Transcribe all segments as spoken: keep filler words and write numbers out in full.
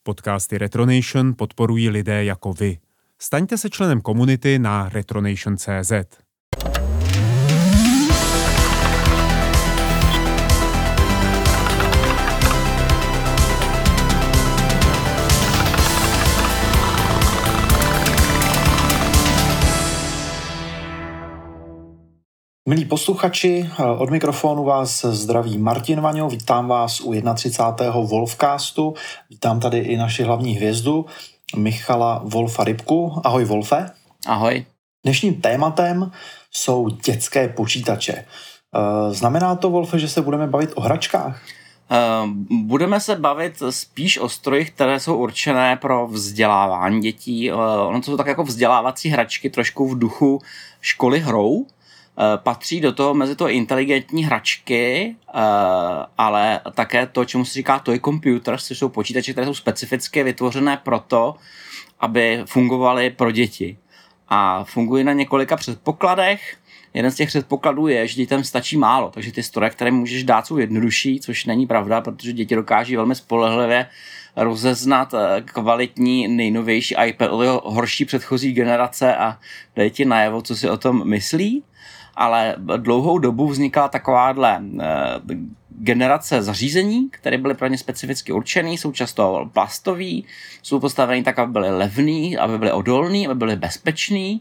Podcasty Retronation podporují lidé jako vy. Staňte se členem komunity na retronation tečka cé zet. Milí posluchači, od mikrofonu vás zdraví Martin Vaňo, vítám vás u třicátého prvního Wolfcastu, vítám tady i naši hlavní hvězdu Michala Wolfa Rybku. Ahoj Wolfe. Ahoj. Dnešním tématem jsou dětské počítače. Znamená to, Wolfe, že se budeme bavit o hračkách? Budeme se bavit spíš o strojích, které jsou určené pro vzdělávání dětí. Ono to jsou tak jako vzdělávací hračky, trošku v duchu školy hrou. Patří do toho mezi to inteligentní hračky, ale také to, čemu se říká toy computers, což jsou počítače, které jsou specificky vytvořené proto, aby fungovaly pro děti. A fungují na několika předpokladech. Jeden z těch předpokladů je, že dětem stačí málo, takže ty stroje, které můžeš dát, jsou jednodušší, což není pravda, protože děti dokáží velmi spolehlivě rozeznat kvalitní, nejnovější iPad od horší předchozí generace a dají ti najevo, co si o tom myslí. Ale dlouhou dobu vznikala takováhle generace zařízení, které byly pro ně specificky určený, jsou často plastový, jsou postavený tak, aby byly levný, aby byly odolný, aby byly bezpečný.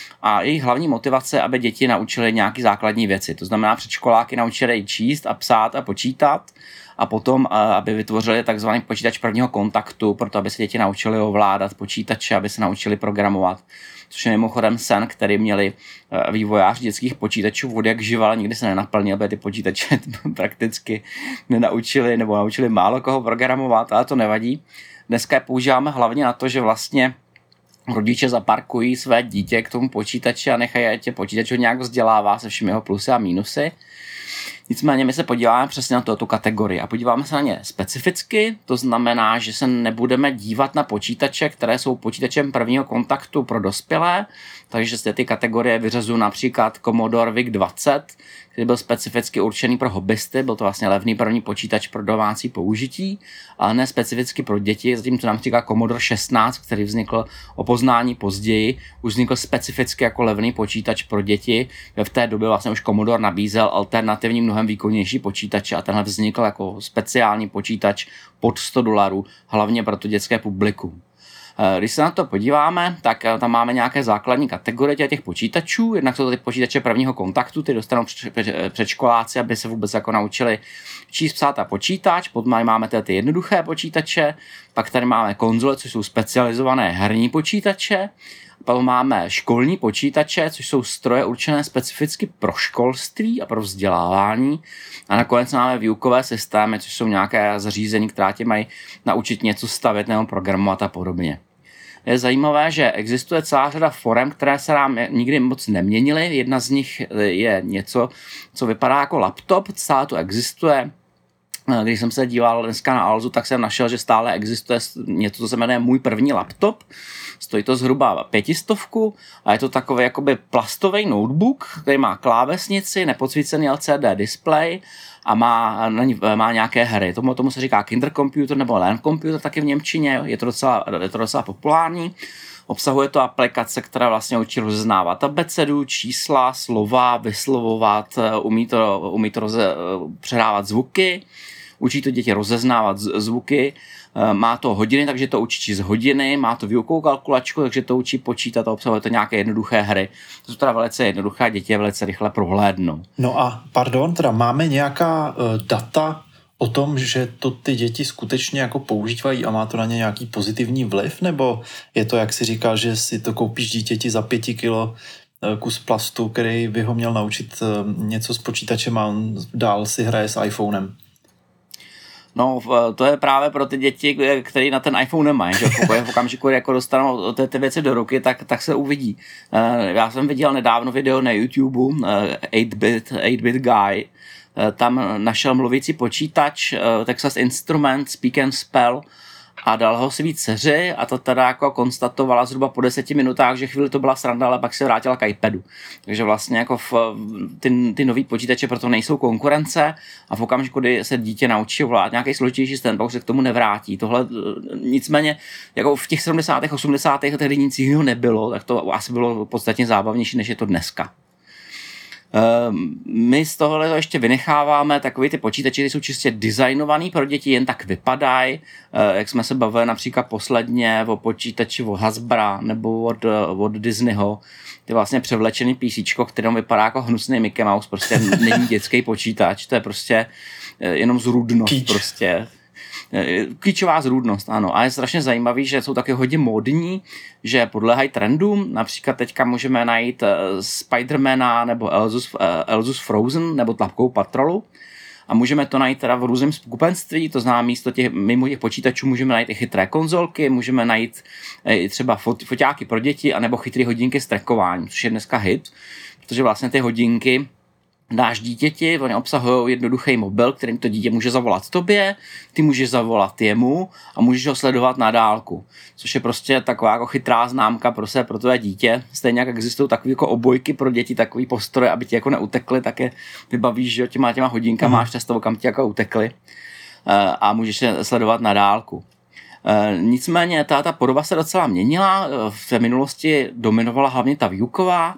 A jejich hlavní motivace, aby děti naučily nějaké základní věci. To znamená, předškoláky naučili číst a psát a počítat a potom, aby vytvořili takzvaný počítač prvního kontaktu, proto aby se děti naučili ovládat počítače, aby se naučili programovat. Což je mimochodem sen, který měli vývojáři dětských počítačů od jak živa, ale nikdy se nenaplnil, aby ty počítače prakticky nenaučili nebo naučili málo koho programovat, ale to nevadí. Dneska je používáme hlavně na to, že vlastně rodiče zaparkují své dítě k tomu počítači a nechají tě počítač ho nějak vzdělává se všemi jeho plusy a mínusy. Nicméně my se podíváme přesně na tu kategorii a podíváme se na ně specificky, to znamená, že se nebudeme dívat na počítače, které jsou počítačem prvního kontaktu pro dospělé, takže z ty kategorie vyřazuju například Commodore VIC dvacet, který byl specificky určený pro hobbysty, byl to vlastně levný první počítač pro domácí použití, ale ne specificky pro děti, zatímco například Commodore šestnáct, který vznikl o poznání později, už vznikl specificky jako levný počítač pro děti. V té době vlastně už Commodore nabízel alternativní mnohem výkonnější počítače a tenhle vznikl jako speciální počítač pod sto dolarů, hlavně pro to dětské publikum. Když se na to podíváme, tak tam máme nějaké základní kategorie těch počítačů. Jednak jsou to ty počítače prvního kontaktu, ty dostanou předškoláci, aby se vůbec jako naučili číst, psát a počítač. Potom máme ty, ty jednoduché počítače, pak tady máme konzole, což jsou specializované herní počítače. Potom máme školní počítače, což jsou stroje určené specificky pro školství a pro vzdělávání. A nakonec máme výukové systémy, což jsou nějaké zařízení, která tě mají naučit něco stavět nebo programovat a podobně. Je zajímavé, že existuje celá řada forem, které se nám nikdy moc neměnily. Jedna z nich je něco, co vypadá jako laptop, celá to existuje. Když jsem se díval dneska na Alzu, tak jsem našel, že stále existuje něco, co se jmenuje Můj první laptop. Stojí to zhruba pětistovku a je to takový jakoby plastový notebook, který má klávesnici, nepodsvícený L C D display a má, má nějaké hry. Tomu, tomu se říká Kindercomputer nebo Lerncomputer taky v němčině, je to docela, je to docela populární. Obsahuje to aplikace, která vlastně učí rozeznávat abecedu, čísla, slova, vyslovovat, umí to, umí to roze, předávat zvuky, učí to děti rozeznávat zvuky, má to hodiny, takže to učí číst hodiny, má to výukovou kalkulačku, takže to učí počítat a obsahuje to nějaké jednoduché hry. To jsou teda velice jednoduché, děti je velice rychle prohlédnou. No a pardon, teda máme nějaká uh, data o tom, že to ty děti skutečně jako používají a má to na ně nějaký pozitivní vliv, nebo je to, jak si říkal, že si to koupíš dítěti za pěti kilo kus plastu, který by ho měl naučit něco s počítačem a on dál si hraje s iPhonem? No, to je právě pro ty děti, které na ten iPhone nemají, že v okamžiku, jako dostanou ty, ty věci do ruky, tak, tak se uvidí. Já jsem viděl nedávno video na YouTube osm bit Guy, tam našel mluvící počítač Texas Instruments Speak and Spell a dal ho svý dceři a to teda jako konstatovala zhruba po deseti minutách, že chvíli to byla sranda, ale pak se vrátila k iPadu. Takže vlastně jako v, ty, ty nový počítače proto nejsou konkurence a v okamžiku, kdy se dítě naučí ovládat nějaký složitější systém, pak se k tomu nevrátí. Tohle nicméně jako v těch sedmdesátých, osmdesátých tehdy nic jiného nebylo, tak to asi bylo podstatně zábavnější, než je to dneska. My z tohohle ještě vynecháváme takový ty počítače, které jsou čistě designovaný pro děti, jen tak vypadají, jak jsme se bavili například posledně o počítači od Hasbra nebo od, od Disneyho, ty vlastně převlečený PCčko, kterým vypadá jako hnusný Mickey Mouse, prostě není dětský počítač, to je prostě jenom zrůdnost Kýč. prostě. Klíčová zrůdnost, ano. A je strašně zajímavý, že jsou taky hodně módní, že podléhají trendům. Například teďka můžeme najít Spidermana nebo Elzus, Elzus Frozen nebo Tlapkou patrolu. A můžeme to najít teda v různém skupenství, to znamená místo těch, mimo těch počítačů můžeme najít i chytré konzolky, můžeme najít i třeba fot, foťáky pro děti, anebo chytré hodinky s trackováním, což je dneska hit, protože vlastně ty hodinky dáš dítěti, oni obsahují jednoduchý mobil, kterým to dítě může zavolat tobě, ty můžeš zavolat jemu a můžeš ho sledovat na dálku, což je prostě taková jako chytrá známka pro se, pro tvé dítě. Stejně jak existují takové jako obojky pro děti, takový postroje, aby ti jako neutekly, tak je vybavíš, že těma těma hodinkama máš testovo, kam ti jako utekly a můžeš je sledovat na dálku. Nicméně ta, ta podoba se docela měnila, v minulosti dominovala hlavně ta výuková,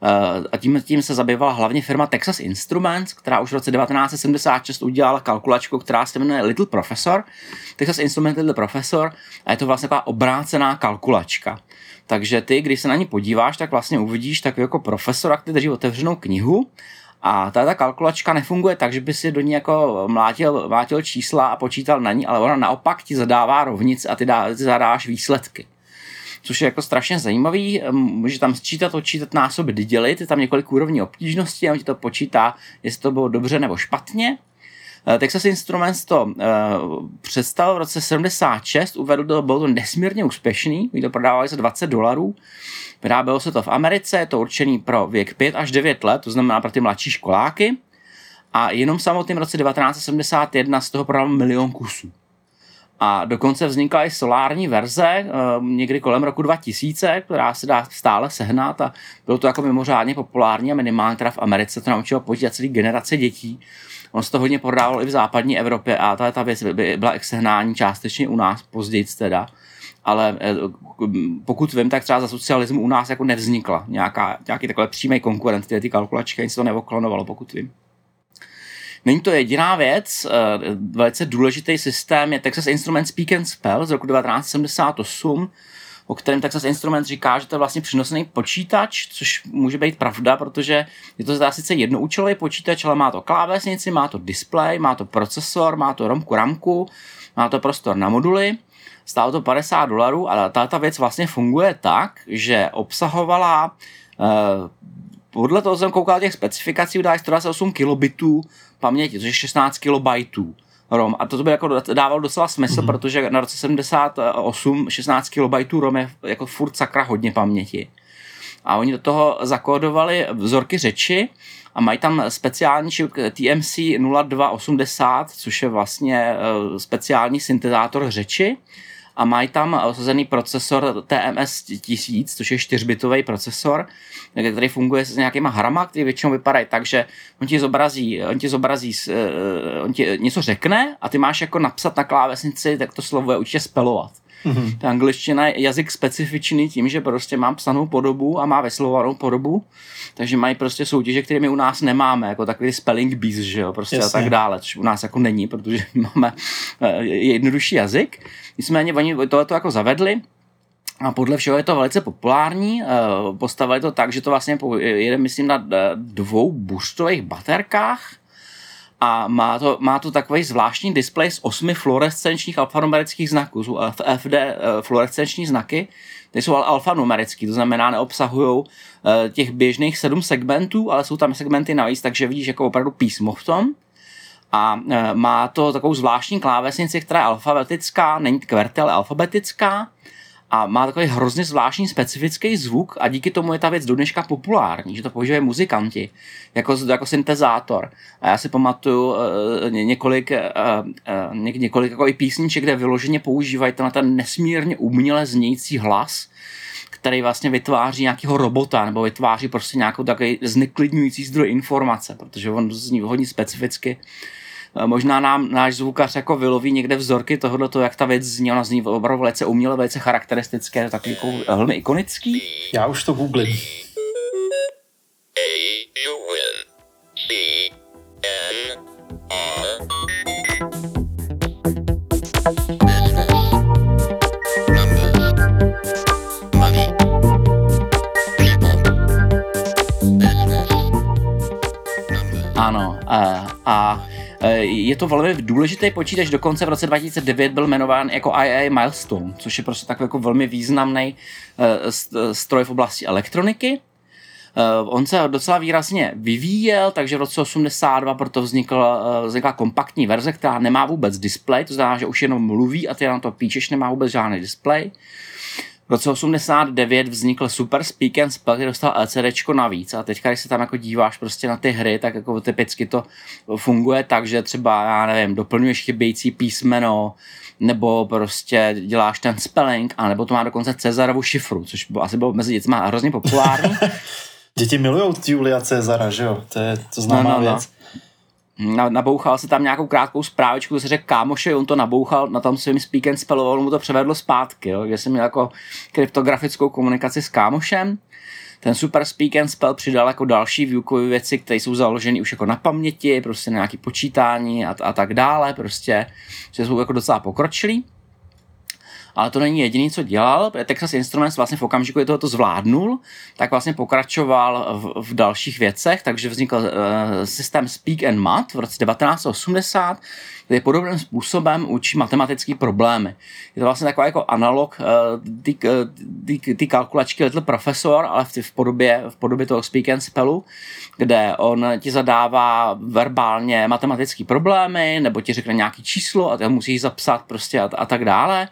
a tím, tím se zabývala hlavně firma Texas Instruments, která už v roce devatenáct set sedmdesát šest udělala kalkulačku, která se jmenuje Little Professor. Texas Instruments Little Professor a je to vlastně taková obrácená kalkulačka. Takže ty, když se na ní podíváš, tak vlastně uvidíš takový jako profesora, který drží otevřenou knihu a ta kalkulačka nefunguje tak, že by si do ní jako mlátil, mlátil čísla a počítal na ní, ale ona naopak ti zadává rovnice a ty, dá, ty zadáváš výsledky. Což je jako strašně zajímavý, může tam sčítat, odčítat, násobit, dělit, je tam několik úrovní obtížnosti a on ti to počítá, jestli to bylo dobře nebo špatně. Texas Instruments to uh, představil v roce sedmdesát šest, uvedl to, bylo to nesmírně úspěšný, oni to prodávali za dvacet dolarů, vyrábělo se to v Americe, je to určený pro věk pět až devět let, to znamená pro ty mladší školáky a jenom v samotném roce devatenáct set sedmdesát jedna z toho prodal milion kusů. A dokonce vznikla i solární verze někdy kolem roku dva tisíce, která se dá stále sehnat a bylo to jako mimořádně populární a minimálně teda v Americe to naučilo počítat celý generace dětí. Ono se to hodně prodávalo i v západní Evropě a ta, ta věc by byla i k sehnání částečně u nás později teda. Ale pokud vím, tak třeba za socialismu u nás jako nevznikla nějaká, nějaký takové přímý konkurent, ty kalkulačky, nic to nevoklonovalo, pokud vím. Není to jediná věc, velice důležitý systém je Texas Instruments Speak and Spell z roku devatenáct set sedmdesát osm, o kterém Texas Instruments říká, že to je vlastně přenosný počítač, což může být pravda, protože je to zdá sice jednoúčelový počítač, ale má to klávesnici, má to displej, má to procesor, má to romku, ramku, má to prostor na moduly, stálo to padesát dolarů, ale tato věc vlastně funguje tak, že obsahovala podle toho jsem koukal těch specifikací, udávají sto dvacet osm kilobitů paměti, což je šestnáct kilobajtů ROM. A to by jako dávalo docela smysl, mm-hmm. protože na roce sedmdesát osm šestnáct kilobajtů ROM je jako furt sakra hodně paměti. A oni do toho zakódovali vzorky řeči a mají tam speciální čip T M C nula dva osmdesát, což je vlastně speciální syntezátor řeči. A mají tam osazený procesor T M S tisíc, což je čtyřbitový procesor, který funguje s nějakýma hrama, který většinou vypadají tak, že on ti zobrazí, on ti zobrazí, on ti něco řekne a ty máš jako napsat na klávesnici, tak to slovo je určitě spelovat. Mm-hmm. Ta angličtina je jazyk specifičný tím, že prostě má psanou podobu a má vyslovovanou podobu, takže mají prostě soutěže, které my u nás nemáme, jako takový spelling bees, že jo, prostě a tak dále, což u nás jako není, protože máme jednodušší jazyk. Nicméně oni tohleto jako zavedli a podle všeho je to velice populární. Postavili to tak, že to vlastně jede, myslím, na dvou buřtových baterkách a má to, má to takový zvláštní displej z osmi fluorescenčních alfanumerických znaků. Jsou F D fluorescenční znaky, ty jsou alfanumerický, to znamená neobsahují těch běžných sedm segmentů, ale jsou tam segmenty navíc, takže vidíš jako opravdu písmo v tom. A má to takovou zvláštní klávesnici, která je alfabetická, není QWERTY, ale alfabetická. a má takový hrozně zvláštní specifický zvuk a díky tomu je ta věc do dneška populární, že to používají muzikanti jako, jako syntezátor. A já si pamatuju uh, několik, uh, uh, ně, několik jako i písniček, kde vyloženě používají ten, ten nesmírně uměle znějící hlas, který vlastně vytváří nějakého robota nebo vytváří prostě nějakou takový zneklidňující zdroj informace, protože on zní hodně specificky. Možná nám náš zvukař jako vyloví někde vzorky tohoto, jak ta věc zní, ona zní opravdu velice uměle, velice charakteristické, takový jako velmi ikonický. Já už to googlím. Ano, a, a je to velmi důležitý počítač, dokonce v roce dva tisíce devět byl jmenován jako I A Milestone, což je prostě takový jako velmi významný stroj v oblasti elektroniky. On se docela výrazně vyvíjel, takže v roce osmdesát dva proto vznikla, vznikla kompaktní verze, která nemá vůbec displej, to znamená, že už jenom mluví a ty na to píčeš, nemá vůbec žádný displej. V roce osmdesát devět vznikl Super Speak and Spell, který dostal LCDčko navíc a teďka, když se tam jako díváš prostě na ty hry, tak jako typicky to funguje tak, že třeba, já nevím, doplňuješ chybějící písmeno, nebo prostě děláš ten spelling, anebo to má dokonce Cezarovu šifru, což bylo, asi bylo mezi dětmi hrozně populární. Děti milujou Julia Cezara, že jo? To je to známá no, no, věc. No. Nabouchal se tam nějakou krátkou zprávičku, to se řekl kámoše, on to nabouchal na tom svým speak and spellu, on mu to převedlo zpátky, jo? Že jsem měl jako kryptografickou komunikaci s kámošem. Ten Super Speak and Spell přidal jako další výukové věci, které jsou založeny už jako na paměti, prostě na nějaké počítání a, a tak dále, prostě, že jsou jako docela pokročilí. Ale to není jediný, co dělal. Texas Instruments vlastně v okamžiku, kdy tohoto zvládnul, tak vlastně pokračoval v, v dalších věcech, takže vznikl uh, systém Speak and Math v roce devatenáct set osmdesát, který podobným způsobem učí matematické problémy. Je to vlastně takový jako analog uh, ty kalkulačky Little Professor, ale v, v, podobě, v podobě toho Speak and Spellu, kde on ti zadává verbálně matematické problémy, nebo ti řekne nějaký číslo a ty musíš zapsat prostě a, a tak dále.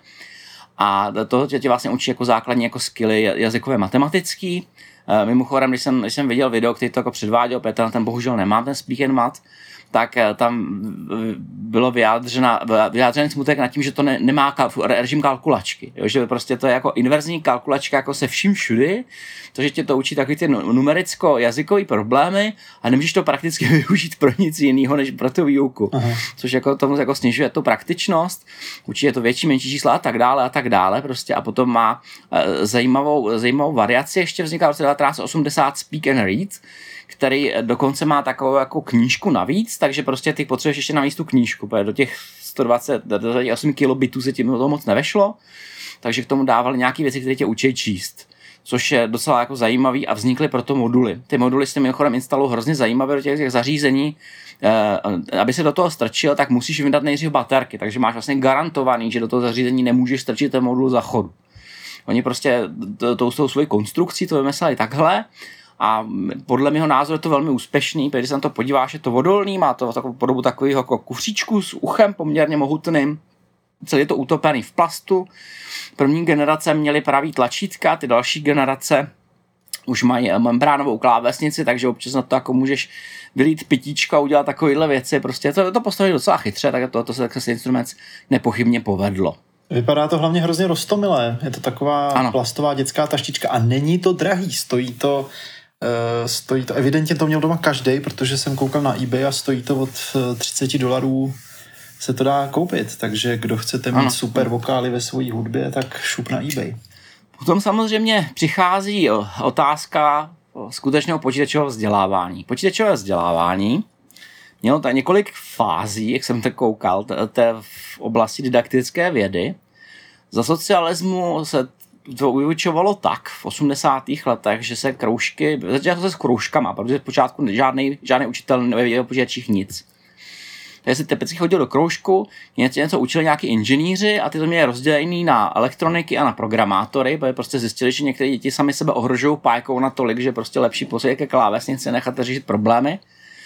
A to tě vlastně učí jako základní jako skilly jazykové matematický. Mimochodem, když jsem, když jsem viděl video, který to jako předváděl, protože ten bohužel nemám ten Speak and Math, tak tam bylo vyjádřena, vyjádřený smutek nad tím, že to ne, nemá kal, režim kalkulačky. Jo? Že prostě to je jako inverzní kalkulačka jako se vším všudy, protože tě to učí takový ty numericko-jazykový problémy a nemůžeš to prakticky využít pro nic jiného, než pro tu výuku. Aha. Což jako tomu jako snižuje tu praktičnost, učí je to větší, menší čísla a tak dále a tak dále prostě a potom má zajímavou, zajímavou variaci, ještě vzniká v roce devatenáct set osmdesát Speak and Read, který dokonce má takovou jako knížku navíc, takže prostě ty potřebuješ ještě navíc tu knížku, protože do těch sto dvacet osm kilobitů se tím toho moc nevešlo, takže k tomu dávali nějaké věci, které tě učí číst, což je docela jako zajímavý a vznikly proto moduly. Ty moduly s tím mimochodem instalují hrozně zajímavé do těch, těch zařízení, eh, aby se do toho strčil, tak musíš vydat nejdřív baterky, takže máš vlastně garantovaný, že do toho zařízení nemůžeš strčit ten modul za chodu. Oni prostě tou svojí konstrukcí to vymysleli takhle. A podle mého názoru je to velmi úspěšný, protože se na to podíváš, je to vodolný, má to takovou podobu takového jako kufříčku s uchem poměrně mohutným. Celý je to utopený v plastu. První generace měly pravý tlačítka, ty další generace už mají membránovou klávesnici, takže občas na to jako můžeš vylít pitíčka a udělat takovéhle věci. Prostě to, to postavit docela chytře, tak to, to se Texas Instruments nepochybně povedlo. Vypadá to hlavně hrozně roztomilé. Je to taková ano. plastová dětská taštička a není to drahý, stojí to Uh, stojí to, evidentně to měl doma každej, protože jsem koukal na eBay a stojí to od třicet dolarů se to dá koupit, takže kdo chcete mít ano. super vokály ve své hudbě, tak šup na eBay. Potom samozřejmě přichází otázka skutečného počítačového vzdělávání. Počítačové vzdělávání mělo tak několik fází, jak jsem to koukal, to v oblasti didaktické vědy. Za socialismu se to vyučovalo tak v osmdesátých letech, že se kroužky, začalo se s kroužkama, protože zpočátku žádný, žádný učitel nevěděl o počítačích nic. Takže se typicky chodil do kroužku, něco, něco učili nějaký inženýři a ty to měli rozdělený na elektroniky a na programátory, protože prostě zjistili, že některé děti sami sebe ohrožují pájkou natolik, že prostě lepší posledně ke klávesnici nechat řešit problémy.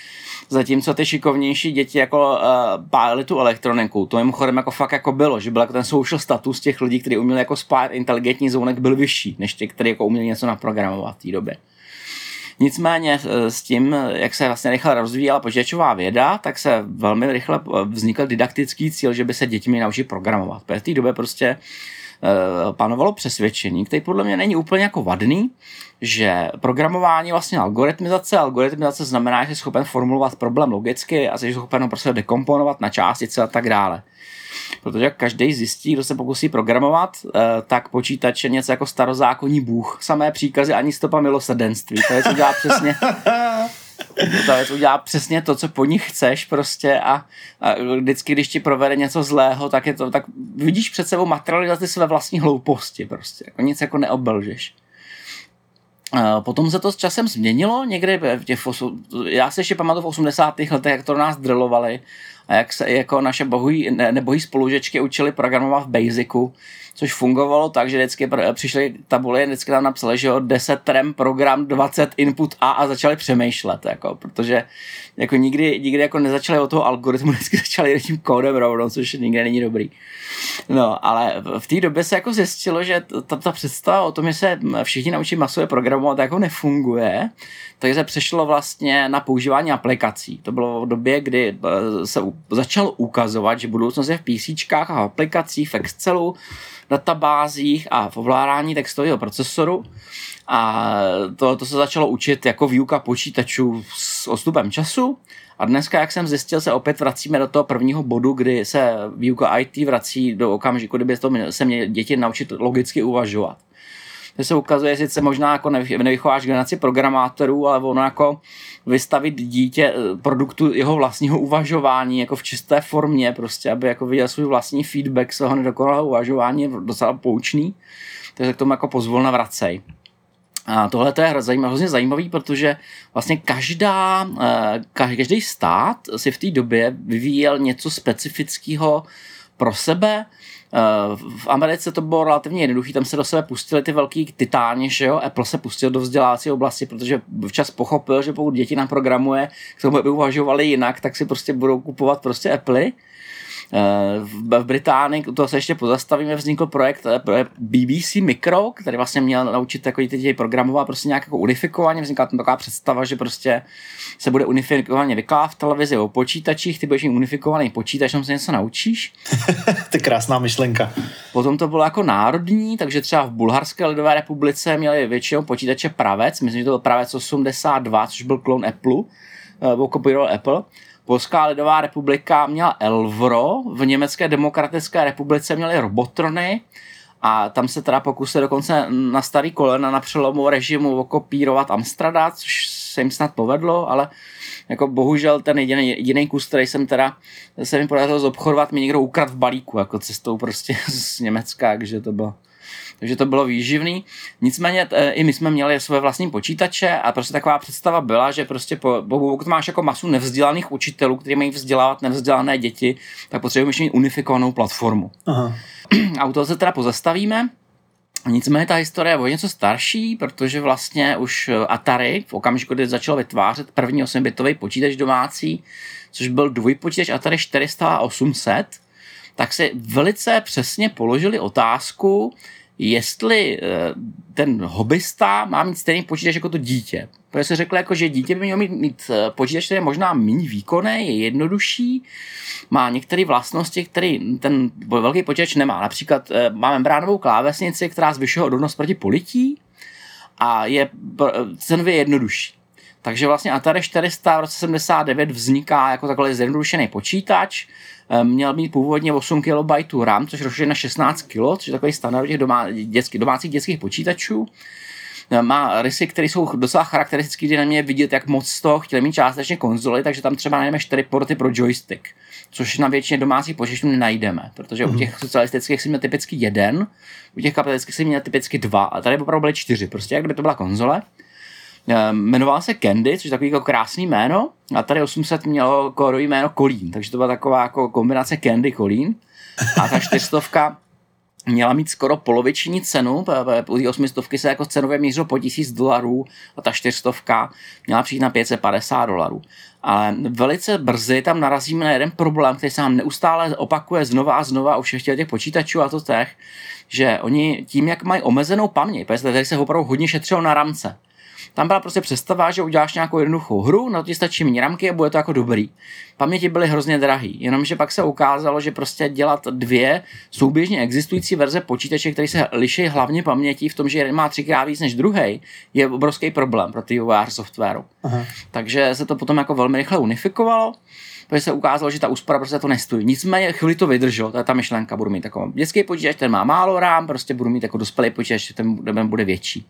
Zatímco ty šikovnější děti jako uh, pálili tu elektroniku, to mimochodem jako fakt jako bylo, že byl jako ten social status těch lidí, kteří uměli jako spát inteligentní zónek, byl vyšší, než těch, kteří jako uměli něco naprogramovat v té době. Nicméně s tím, jak se vlastně rychle rozvíjela počítačová věda, tak se velmi rychle vznikl didaktický cíl, že by se děti měly naučit programovat. V té době prostě panovalo přesvědčení, který podle mě není úplně jako vadný, že programování vlastně algoritmizace, algoritmizace znamená, že jsi schopen formulovat problém logicky a jsi schopen ho prostě dekomponovat na částice a tak dále. Protože jak každý zjistí, kdo se pokusí programovat, tak počítač je něco jako starozákonní bůh. Samé příkazy ani stopa milosrdenství. To je, co dělá přesně to je, co dělá přesně to, co po nich chceš prostě a, a vždycky, když ti provede něco zlého, tak je to, tak vidíš před sebou materializaci své vlastní hlouposti prostě. Jako nic jako neobelžeš. Potom se to s časem změnilo, někdy v těch, já si ještě pamatuju v osmdesátých letech, jak to nás drillovali a jak se jako naše bohý, ne, nebohý spolužečky učili programovat v Basicu, což fungovalo tak, že vždycky přišly tabuly, vždycky tam napsali, že jo, deset rem program, dvacet input A a začali přemýšlet, jako, protože jako nikdy, nikdy jako nezačali od toho algoritmu, vždycky začali tím kódem rovnou, což nikdy není dobrý. No, ale v té době se jako zjistilo, že ta, ta představa o tom, že se všichni naučí masově programovat, jako nefunguje, takže se přešlo vlastně na používání aplikací. To bylo v době, kdy se začalo ukazovat, že budoucnost je v PCčkách a aplikacích, v Excelu, databázích a v ovládání textového procesoru. A to, to se začalo učit jako výuka počítačů s odstupem času. A dneska, jak jsem zjistil, se opět vracíme do toho prvního bodu, kdy se výuka í té vrací do okamžiku, kdyby to se měly děti naučit logicky uvažovat. To se ukazuje, sice možná jako nevychováš generaci programátorů, ale ono jako vystavit dítě produktu jeho vlastního uvažování jako v čisté formě, prostě, aby jako viděl svůj vlastní feedback svého nedokonalého uvažování, je docela poučný, takže k tomu jako pozvolna vracej. A tohle to je hrozně zajímavý, protože vlastně každá, každý stát si v té době vyvíjel něco specifického pro sebe. V Americe to bylo relativně jednoduché, tam se do sebe pustili ty velký titáni, že jo? Apple se pustil do vzdělávací oblasti, protože včas pochopil, že pokud děti naprogramuje, k tomu by uvažovali jinak, tak si prostě budou kupovat prostě Apply. V Británii, to se ještě pozastavíme, vznikl projekt B B C Micro, který vlastně měl naučit jako děti programovat prostě nějak jako unifikovaně, vznikla tam taková představa, že prostě se bude unifikovaně vykládat v televizi o počítačích, ty budeš mít unifikovaný počítač, tam se něco naučíš. To je krásná myšlenka. Potom to bylo jako národní, takže třeba v Bulharské lidové republice měli většinou počítače Pravec, myslím, že to byl Pravec osmdesát dva, což byl klon Apple, nebo kopíroval Apple. Polská lidová republika měla Elvro, v Německé demokratické republice měli Robotrony a tam se teda pokusili dokonce na starý kolena na přelomu režimu okopírovat Amstrada, což se jim snad povedlo, ale jako bohužel ten jediný, jediný kus, který jsem teda se mi podařilo zobchodovat, mi někdo ukradl v balíku, jako cestou prostě z Německa, takže to bylo Takže to bylo výživný. Nicméně t, i my jsme měli své vlastní počítače a prostě taková představa byla, že prostě po, pokud máš jako masu nevzdělaných učitelů, kteří mají vzdělávat nevzdělané děti, tak potřebujeme mít unifikovanou platformu. Aha. A u toho se teda pozastavíme. Nicméně ta historie je o něco starší, protože vlastně už Atari v okamžiku, kdy začalo vytvářet první osmibitový počítač domácí, což byl dvojpočítač Atari čtyři sta a osm set, tak si velice přesně položili otázku, jestli ten hobbysta má mít stejný počítač jako to dítě. Protože se řeklo, jako, že dítě by mělo mít, mít počítač, který je možná méně výkonný, je jednodušší, má některé vlastnosti, které ten velký počítač nemá. Například má membránovou klávesnici, která zvyšuje odolnost proti polití a je cenově jednodušší. Takže vlastně Atari čtyři sta v roce sedmdesát devět vzniká jako takhle zjednodušený počítač. Měl mít původně osm kilobajtů RAM, což rozšíří na šestnáct kilo, což je takový standard těch domá, dětský, domácích dětských počítačů. Má rysy, které jsou docela charakteristické, kdy na mě vidět, jak moc z toho chtěli mít částečně konzoly, takže tam třeba najdeme čtyři porty pro joystick, což na většině domácích počítačů nenajdeme, protože mm. u těch socialistických si měl typicky jeden, u těch kapitalistických si měl typicky dva, a tady opravdu byly čtyři, prostě jak kdyby to byla konzole. Jmenoval se Candy, což je takový jako krásný jméno, a tady osm set mělo kórový jméno Kolín, takže to byla taková jako kombinace Candy Kolín. A ta čtyřstovka měla mít skoro poloviční cenu, u té osmistovky se jako cenově mířilo po tisíc dolarů a ta čtyřstovka měla přijít na pět set padesát dolarů. Ale velice brzy tam narazíme na jeden problém, který se nám neustále opakuje znova a znova u všech těch počítačů a to těch, že oni tím, jak mají omezenou paměť, protože tady se opravdu hodně šetřilo na ramce. Tam byla prostě představa, že uděláš nějakou jednoduchou hru, na to ti stačí méně ramky a bude to jako dobrý. Paměti byly hrozně drahý, jenomže pak se ukázalo, že prostě dělat dvě souběžně existující verze počítače, které se liší hlavně pamětí v tom, že jeden má třikrát víc než druhý, je obrovský problém pro ty vývojáře softwaru. Aha. Takže se to potom jako velmi rychle unifikovalo, protože se ukázalo, že ta úspora prostě to nestojí. Nicméně chvíli to vydrželo, to je ta myšlenka, budu mít takový dětský počítač, ten má málo rám, prostě budu mít jako dospělý počítač, ten bude větší.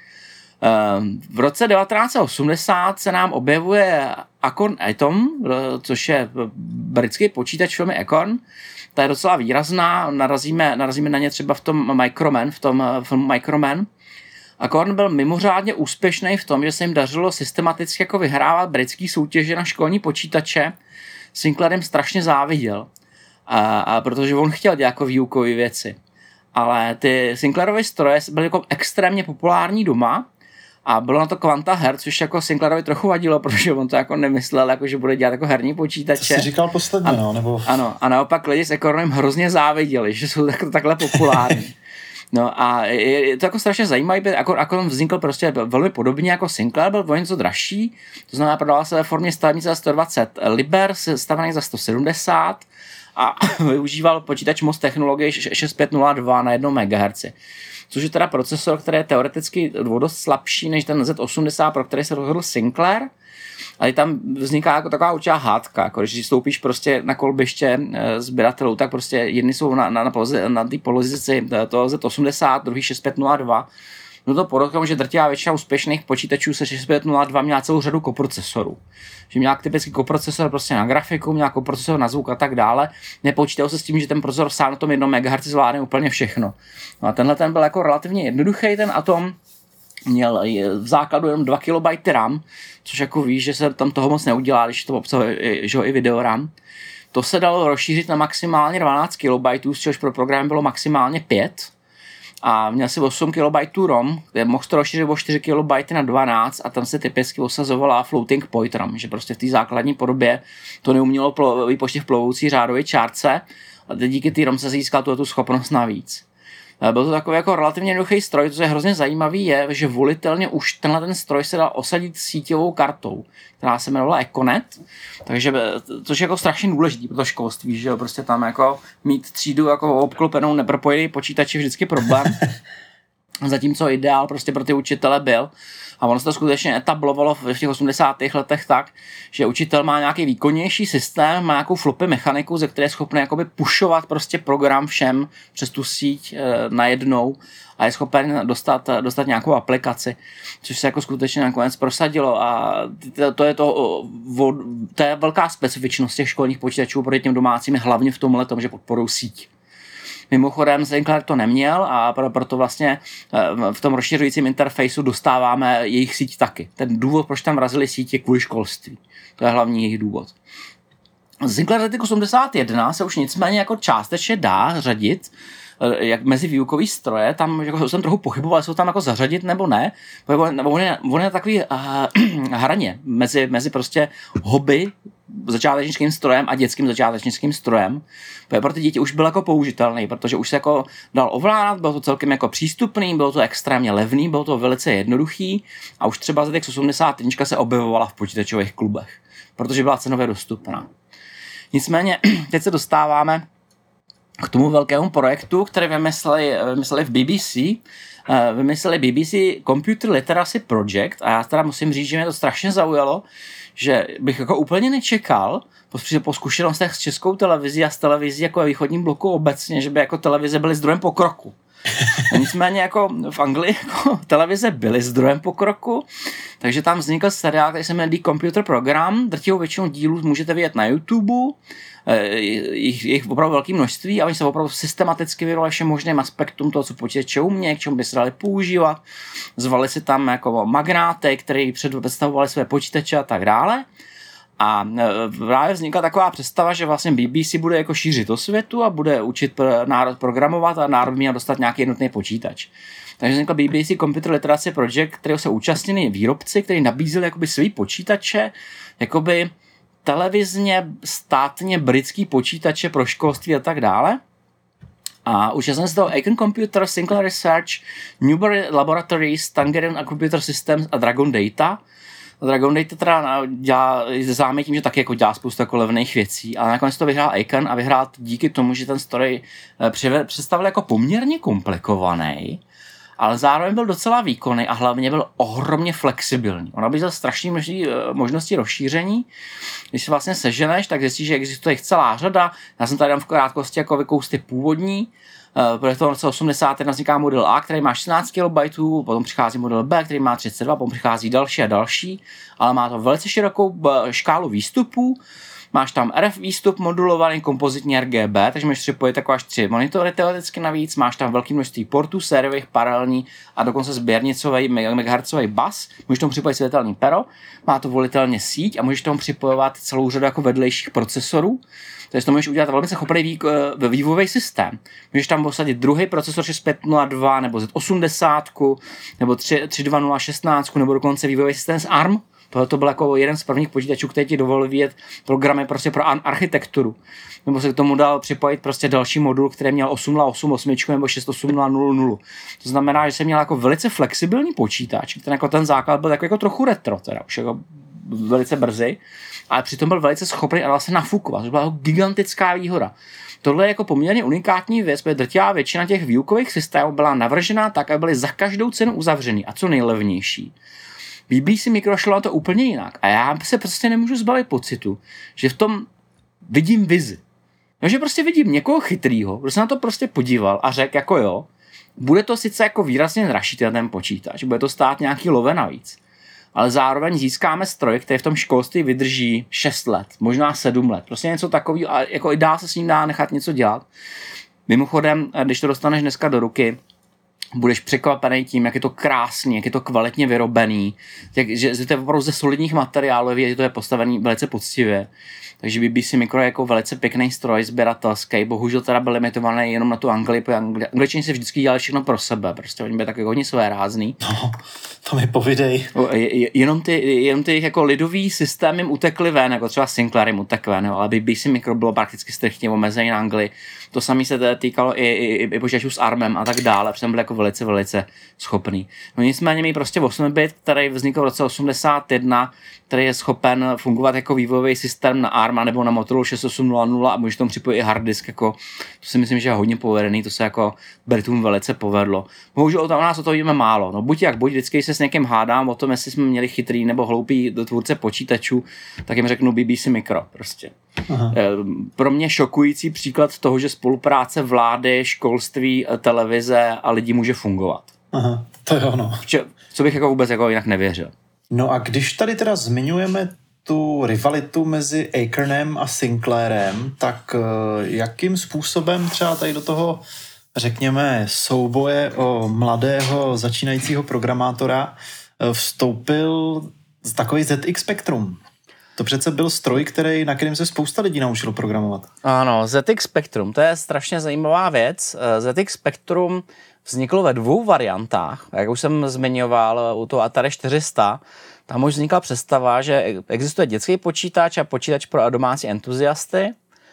V roce devatenáct set osmdesát se nám objevuje Acorn Atom, což je britský počítač firmy Acorn. Ta je docela výrazná, narazíme, narazíme na ně třeba v tom Microman, v tom filmu Microman. Acorn byl mimořádně úspěšný v tom, že se jim dařilo systematicky jako vyhrávat britský soutěže na školní počítače. Sinclairem strašně záviděl, a, a protože on chtěl dělat jako výukové věci. Ale ty Sinclairovy stroje byly jako extrémně populární doma, a bylo na to kvanta her, což jako Sinclairovi trochu vadilo, protože on to jako nemyslel, jako že bude dělat jako herní počítače. To jsi říkal posledně, a, no? Nebo... Ano, a naopak lidi s Acornem hrozně záviděli, že jsou tak, takhle populární. No a je, je to jako strašně zajímavé, Acorn vznikl prostě velmi podobně jako Sinclair, byl o něco dražší, to znamená prodával se ve formě stavebnice za sto dvacet liber, stavených za sto sedmdesát a využíval počítač M O S technologie šest pět nula dva na jedno megahertz. Což je teda procesor, který je teoreticky dost slabší než ten Z osmdesát, pro který se rozhodl Sinclair. Ale tam vzniká jako taková určitá hádka, jako když stoupíš prostě na kolbiště sběratelů, tak prostě jedni jsou na, na, na, na té pozici toho Z osmdesát, druhý šest pět nula dva. No to podotkám, že drtivá většina úspěšných počítačů se šest pět nula dva měla celou řadu koprocesorů. Že měla typický koprocesor prostě na grafiku, měla koprocesor na zvuk a tak dále. Nepočítalo se s tím, že ten procesor sám na tom jednom megahertz zvládne úplně všechno. No a tenhle ten byl jako relativně jednoduchý, ten Atom. Měl v základu jenom dva kilobajty RAM, což jako víš, že se tam toho moc neudělá, když to obsahuje, že i video RAM. To se dalo rozšířit na maximálně dvanáct kilobajtů, z čehož pro program bylo maximálně pět. A měl si osm kilobajtů ROM, kde mohl to rozšířit o čtyři kilobajty na dvanáct a tam se typicky osazovala floating point RAM, že prostě v té základní podobě to neumělo výpočty v plovoucí řádové čárce a díky té ROM se získal tu, tu schopnost navíc. Byl to takový jako relativně jednoduchý stroj, co je hrozně zajímavý je, že volitelně už tenhle ten stroj se dal osadit síťovou kartou, která se jmenovala Econet, takže což je jako strašně důležitý pro to školství, že jo, prostě tam jako mít třídu jako obklopenou nepropojený počítač je vždycky problém. Zatímco ideál prostě pro ty učitele byl. A ono se to skutečně etablovalo v těch osmdesátých letech tak, že učitel má nějaký výkonnější systém, má nějakou floppy mechaniku, ze které je schopný jakoby pušovat prostě program všem přes tu síť e, najednou a je schopen dostat, dostat nějakou aplikaci, což se jako skutečně nakonec prosadilo a to, to je to, to je velká specifičnost těch školních počítačů proti těm domácím, hlavně v tomhle tom, že podporují síť. Mimochodem Sinclair to neměl a proto vlastně v tom rozšiřujícím interfejsu dostáváme jejich síť taky. Ten důvod, proč tam vrazili síť, je kvůli školství. To je hlavní jejich důvod. Sinclair Z X osmdesát jedna se už nicméně jako částečně dá řadit jak mezi výukový stroje, tam jako jsem trochu pochyboval, jestli ho tam jako zařadit nebo ne. On je, on je takový uh, hraně mezi, mezi prostě hobby začátečnickým strojem a dětským začátečnickým strojem. Pro ty děti už byl jako použitelný, protože už se jako dal ovládat, bylo to celkem jako přístupný, bylo to extrémně levný, bylo to velice jednoduchý a už třeba Z X osmdesát jedna se objevovala v počítačových klubech, protože byla cenově dostupná. Nicméně teď se dostáváme k tomu velkému projektu, který vymysleli, vymysleli v B B C, vymysleli B B C Computer Literacy Project a já teda musím říct, že mě to strašně zaujalo, že bych jako úplně nečekal po, po zkušenostech s českou televizí a s televizí jako ve východním bloku obecně, že by jako televize byly zdrojem pokroku. A nicméně jako v Anglii jako televize byly zdrojem pokroku, takže tam vznikl seriál, který se jmenuje The Computer Program. Drtivou většinu dílů můžete vidět na YouTube, jich, jich opravdu velké množství a oni se opravdu systematicky věnovali všem možným aspektům toho, co počítače umějí, k čemu by se dali používat. Zvali si tam jako magnáty, kteří představovali své počítače a tak dále. A právě vznikla taková představa, že vlastně B B C bude jako šířit osvětu a bude učit národ programovat a národ měl dostat nějaký jednotný počítač. Takže vznikl B B C Computer Literacy Project, kterého se účastnili výrobci, kteří nabízeli jakoby svý počítače, jakoby televizně, státně britský počítače pro školství a tak dále. A účastnili se toho Aiken Computer, Sinclair Research, Newbury Laboratories, Tangerine Computer Systems a Dragon Data. Dragon Data teda dělá, známý tím, že taky jako dělá spoustu jako levných věcí, ale nakonec to vyhrál Aiken a vyhrál to díky tomu, že ten stroj představil jako poměrně komplikovaný, ale zároveň byl docela výkonný a hlavně byl ohromně flexibilní. On nabízel strašné množství možností rozšíření. Když si vlastně seženeš, tak zjistíš, že existuje jich celá řada. Já jsem tady dám v krátkosti jako vykous ty původní. Protože to v roce osmdesát jedna vzniká model A, který má šestnáct kilobajtů, potom přichází model B, který má třicet dva, potom přichází další a další, ale má to velice širokou škálu výstupů. Máš tam R F výstup modulovaný, kompozitní R G B, takže můžeš připojit jako až tři monitory teoreticky navíc. Máš tam velké množství portů, sériových, paralelní a dokonce sběrnicový megahertzový bus. Můžeš tomu připojit světelný pero, má to volitelně síť a můžeš tomu připojovat celou řadu jako vedlejších procesorů. Takže to můžeš udělat velmi schopný vývojový systém. Můžeš tam posadit druhý procesor šest pět nula dva nebo Z osmdesát nebo tři dva nula šestnáct nebo dokonce vývojový systém z A R M. Tohle to byl jako jeden z prvních počítačů, který ti dovolil vyjet programy prostě pro architekturu. Nebo se k tomu dal připojit prostě další modul, který měl osm nula osm osm nebo šest osm nula nula nula. To znamená, že jsem měl jako velice flexibilní počítač, který jako ten základ byl jako, jako trochu retro, teda už jako velice brzy, ale přitom byl velice schopný a dal se nafukovat. To byla jako gigantická výhoda. Tohle je jako poměrně unikátní věc, protože drtivá většina těch výukových systémů byla navržená tak, aby byly za každou cenu uzavřený a co nejlevnější. B B C Micro šlo na to úplně jinak a já se prostě nemůžu zbavit pocitu, že v tom vidím vizi. No, že prostě vidím někoho chytrýho, kdo se na to prostě podíval a řekl jako jo, bude to sice jako výrazně dražší ten počítač, bude to stát nějaký love navíc, ale zároveň získáme stroj, který v tom školství vydrží šest let, možná sedm let, prostě něco takového a jako i dá se s ním dá nechat něco dělat. Mimochodem, když to dostaneš dneska do ruky, budeš překvapený tím, jak je to krásně, jak je to kvalitně vyrobený, jak, že, že to je opravdu ze solidních materiálů, že to je postavený velice poctivě. Takže B B C Micro je jako velice pěkný stroj, sběratelský, bohužel teda byl limitovaný jenom na tu Anglii, protože Angli- Angličani si vždycky dělali všechno pro sebe, prostě oni byli taky hodně své rázný. No, to mi povidej. Jenom ty, jenom ty jako lidový systémy jim utekly ven, jako třeba Sinclair jim utekl ven, ale B B C Micro bylo prakticky striktně omezený na Anglii. To samé se týkalo i, i, i počítačů s ARMem a tak dále, protože byl jako velice, velice schopný. No nicméně mají prostě osm bit, který vznikl v roce osmdesát jedna, který je schopen fungovat jako vývojový systém na A R M nebo na Motorola šest osm nula nula a můžeš tomu připojit i hard disk, jako, to si myslím, že je hodně povedený, to se jako Britům velice povedlo. Bohužel o nás o to víme málo, no buď jak buď, vždycky se s někým hádám o tom, jestli jsme měli chytrý nebo hloupý tvůrce počítačů, tak jim řeknu B B C Micro prostě. Aha. Pro mě šokující příklad toho, že spolupráce vlády, školství, televize a lidí může fungovat. Aha, to jo, no. Co bych jako vůbec jako jinak nevěřil. No a když tady teda zmiňujeme tu rivalitu mezi Akernem a Sinclairem, tak jakým způsobem třeba tady do toho, řekněme, souboje o mladého začínajícího programátora vstoupil takový Z X Spectrum? To přece byl stroj, který, na kterém se spousta lidí naučilo programovat. Ano, Z X Spectrum, to je strašně zajímavá věc. Z X Spectrum vzniklo ve dvou variantách. Jak už jsem zmiňoval u toho Atari čtyři sta, tam už vznikla představa, že existuje dětský počítač a počítač pro domácí entuziasty.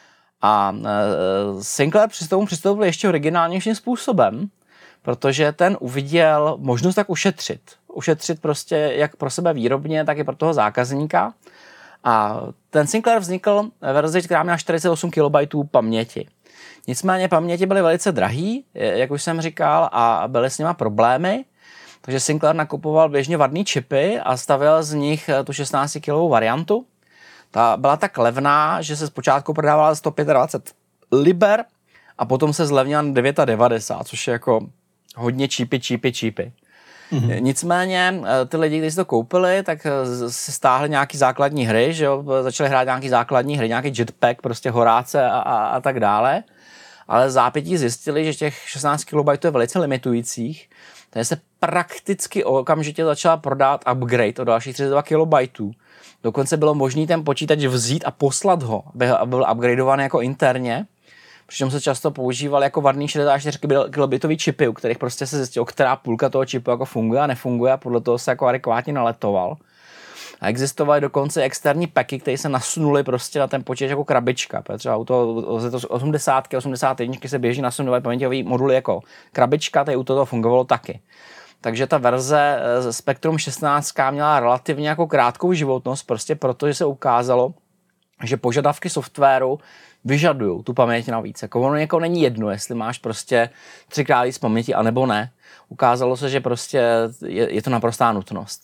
A Sinclair při tomu přistoupil ještě originálnějším způsobem, protože ten uviděl možnost tak ušetřit. Ušetřit prostě jak pro sebe výrobně, tak i pro toho zákazníka. A ten Sinclair vznikl ve verzi, která měla čtyřicet osm kilobajtů paměti. Nicméně paměti byly velice drahý, jak už jsem říkal, a byly s nima problémy, takže Sinclair nakupoval běžně vadný čipy a stavěl z nich tu šestnáctikilovou variantu. Ta byla tak levná, že se zpočátku prodávala sto dvacet pět liber a potom se zlevnila na devadesát devět, což je jako hodně čípy, čípy, čípy. Mm-hmm. Nicméně ty lidi, kteří si to koupili, tak si stáhli nějaký základní hry, že jo? Začali hrát nějaký základní hry, nějaký jetpack, prostě horáce a, a, a tak dále. ale zápětí zjistili, že těch šestnáct kilobajtů je velice limitujících, takže se prakticky okamžitě začala prodávat upgrade o dalších třicet dva kilobajtů. Dokonce bylo možné ten počítač vzít a poslat ho, aby byl upgradeovaný jako interně, přičem se často používal jako vadný šedesát čtyři kilobitový čipy, u kterých prostě se zjistilo, která půlka toho čipu jako funguje a nefunguje a podle toho se jako adekvátně naletoval. A existovaly dokonce externí packy, které se nasunuly prostě na ten počítač jako krabička. Třeba u toho osmdesátky, osmdesát jedna se běží nasunovaly paměťové moduly jako krabička, tady u toho fungovalo taky. Takže ta verze Spectrum šestnáct měla relativně jako krátkou životnost, prostě protože se ukázalo, že požadavky softwaru vyžadují tu paměť navíc. Jako ono jako není jedno, jestli máš prostě třikrát víc paměti, anebo ne. Ukázalo se, že prostě je, je to naprostá nutnost.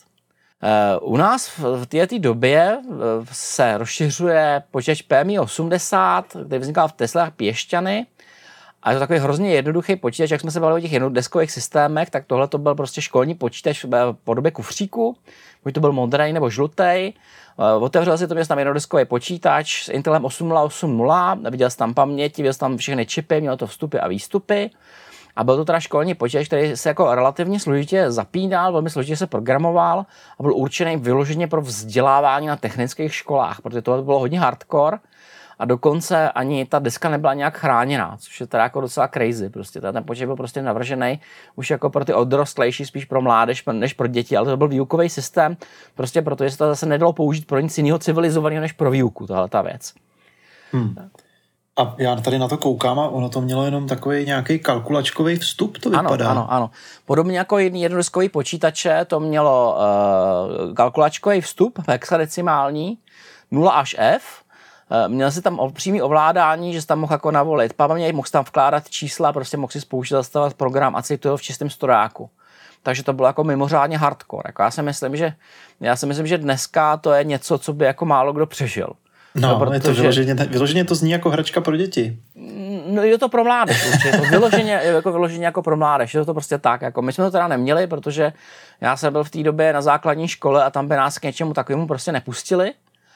U nás v této době se rozšiřuje počítač P M I osmdesát, který vznikal v Teslách Piešťany. A je to takový hrozně jednoduchý počítač, jak jsme se bavili o těch jednodeskových systémech, tak tohle to byl prostě školní počítač v podobě kufříku, buď to byl modrý nebo žlutý. Otevřel si to, měl tam jednodeskový počítač s Intelem osm nula osm nula, viděl jsi tam paměť, viděl jsi tam všechny čipy, měl to vstupy a výstupy. A byl to teda školní počítač, který se jako relativně složitě zapínal, velmi složitě se programoval a byl určený vyloženě pro vzdělávání na technických školách, protože tohle bylo hodně hardcore. A dokonce ani ta deska nebyla nějak chráněná, což je teda jako docela crazy. Prostě ten počítač byl prostě navržený už jako pro ty odrostlejší, spíš pro mládež než pro děti, ale to byl výukový systém, prostě protože se to zase nedalo použít pro nic jiného civilizovaného než pro výuku, tahle ta věc. Hmm. A já tady na to koukám a ono to mělo jenom takový nějaký kalkulačkový vstup, to vypadá. Ano, ano, ano. Podobně jako jiný jednodeskový počítače, to mělo uh, kalkulačkový vstup, hexadecimální, nula až F. Měl si tam přímý ovládání, že jsi tam mohl jako navolit paměť, mohl si tam vkládat čísla, prostě mohl si spouštět, zastavovat program a si to v čistém strojáku. Takže to bylo jako mimořádně hardcore. Jako já si myslím, že já si myslím, že dneska to je něco, co by jako málo kdo přežil. No, no protože... je to vyloženě, vyloženě to zní jako hračka pro děti. No, je to pro mládež, určitě. To vyloženě, jako vyloženě jako pro mládež. Je to prostě tak. Jako my jsme to teda neměli, protože já jsem byl v té době na základní škole a tam by nás k něčemu takovému prostě nepustili.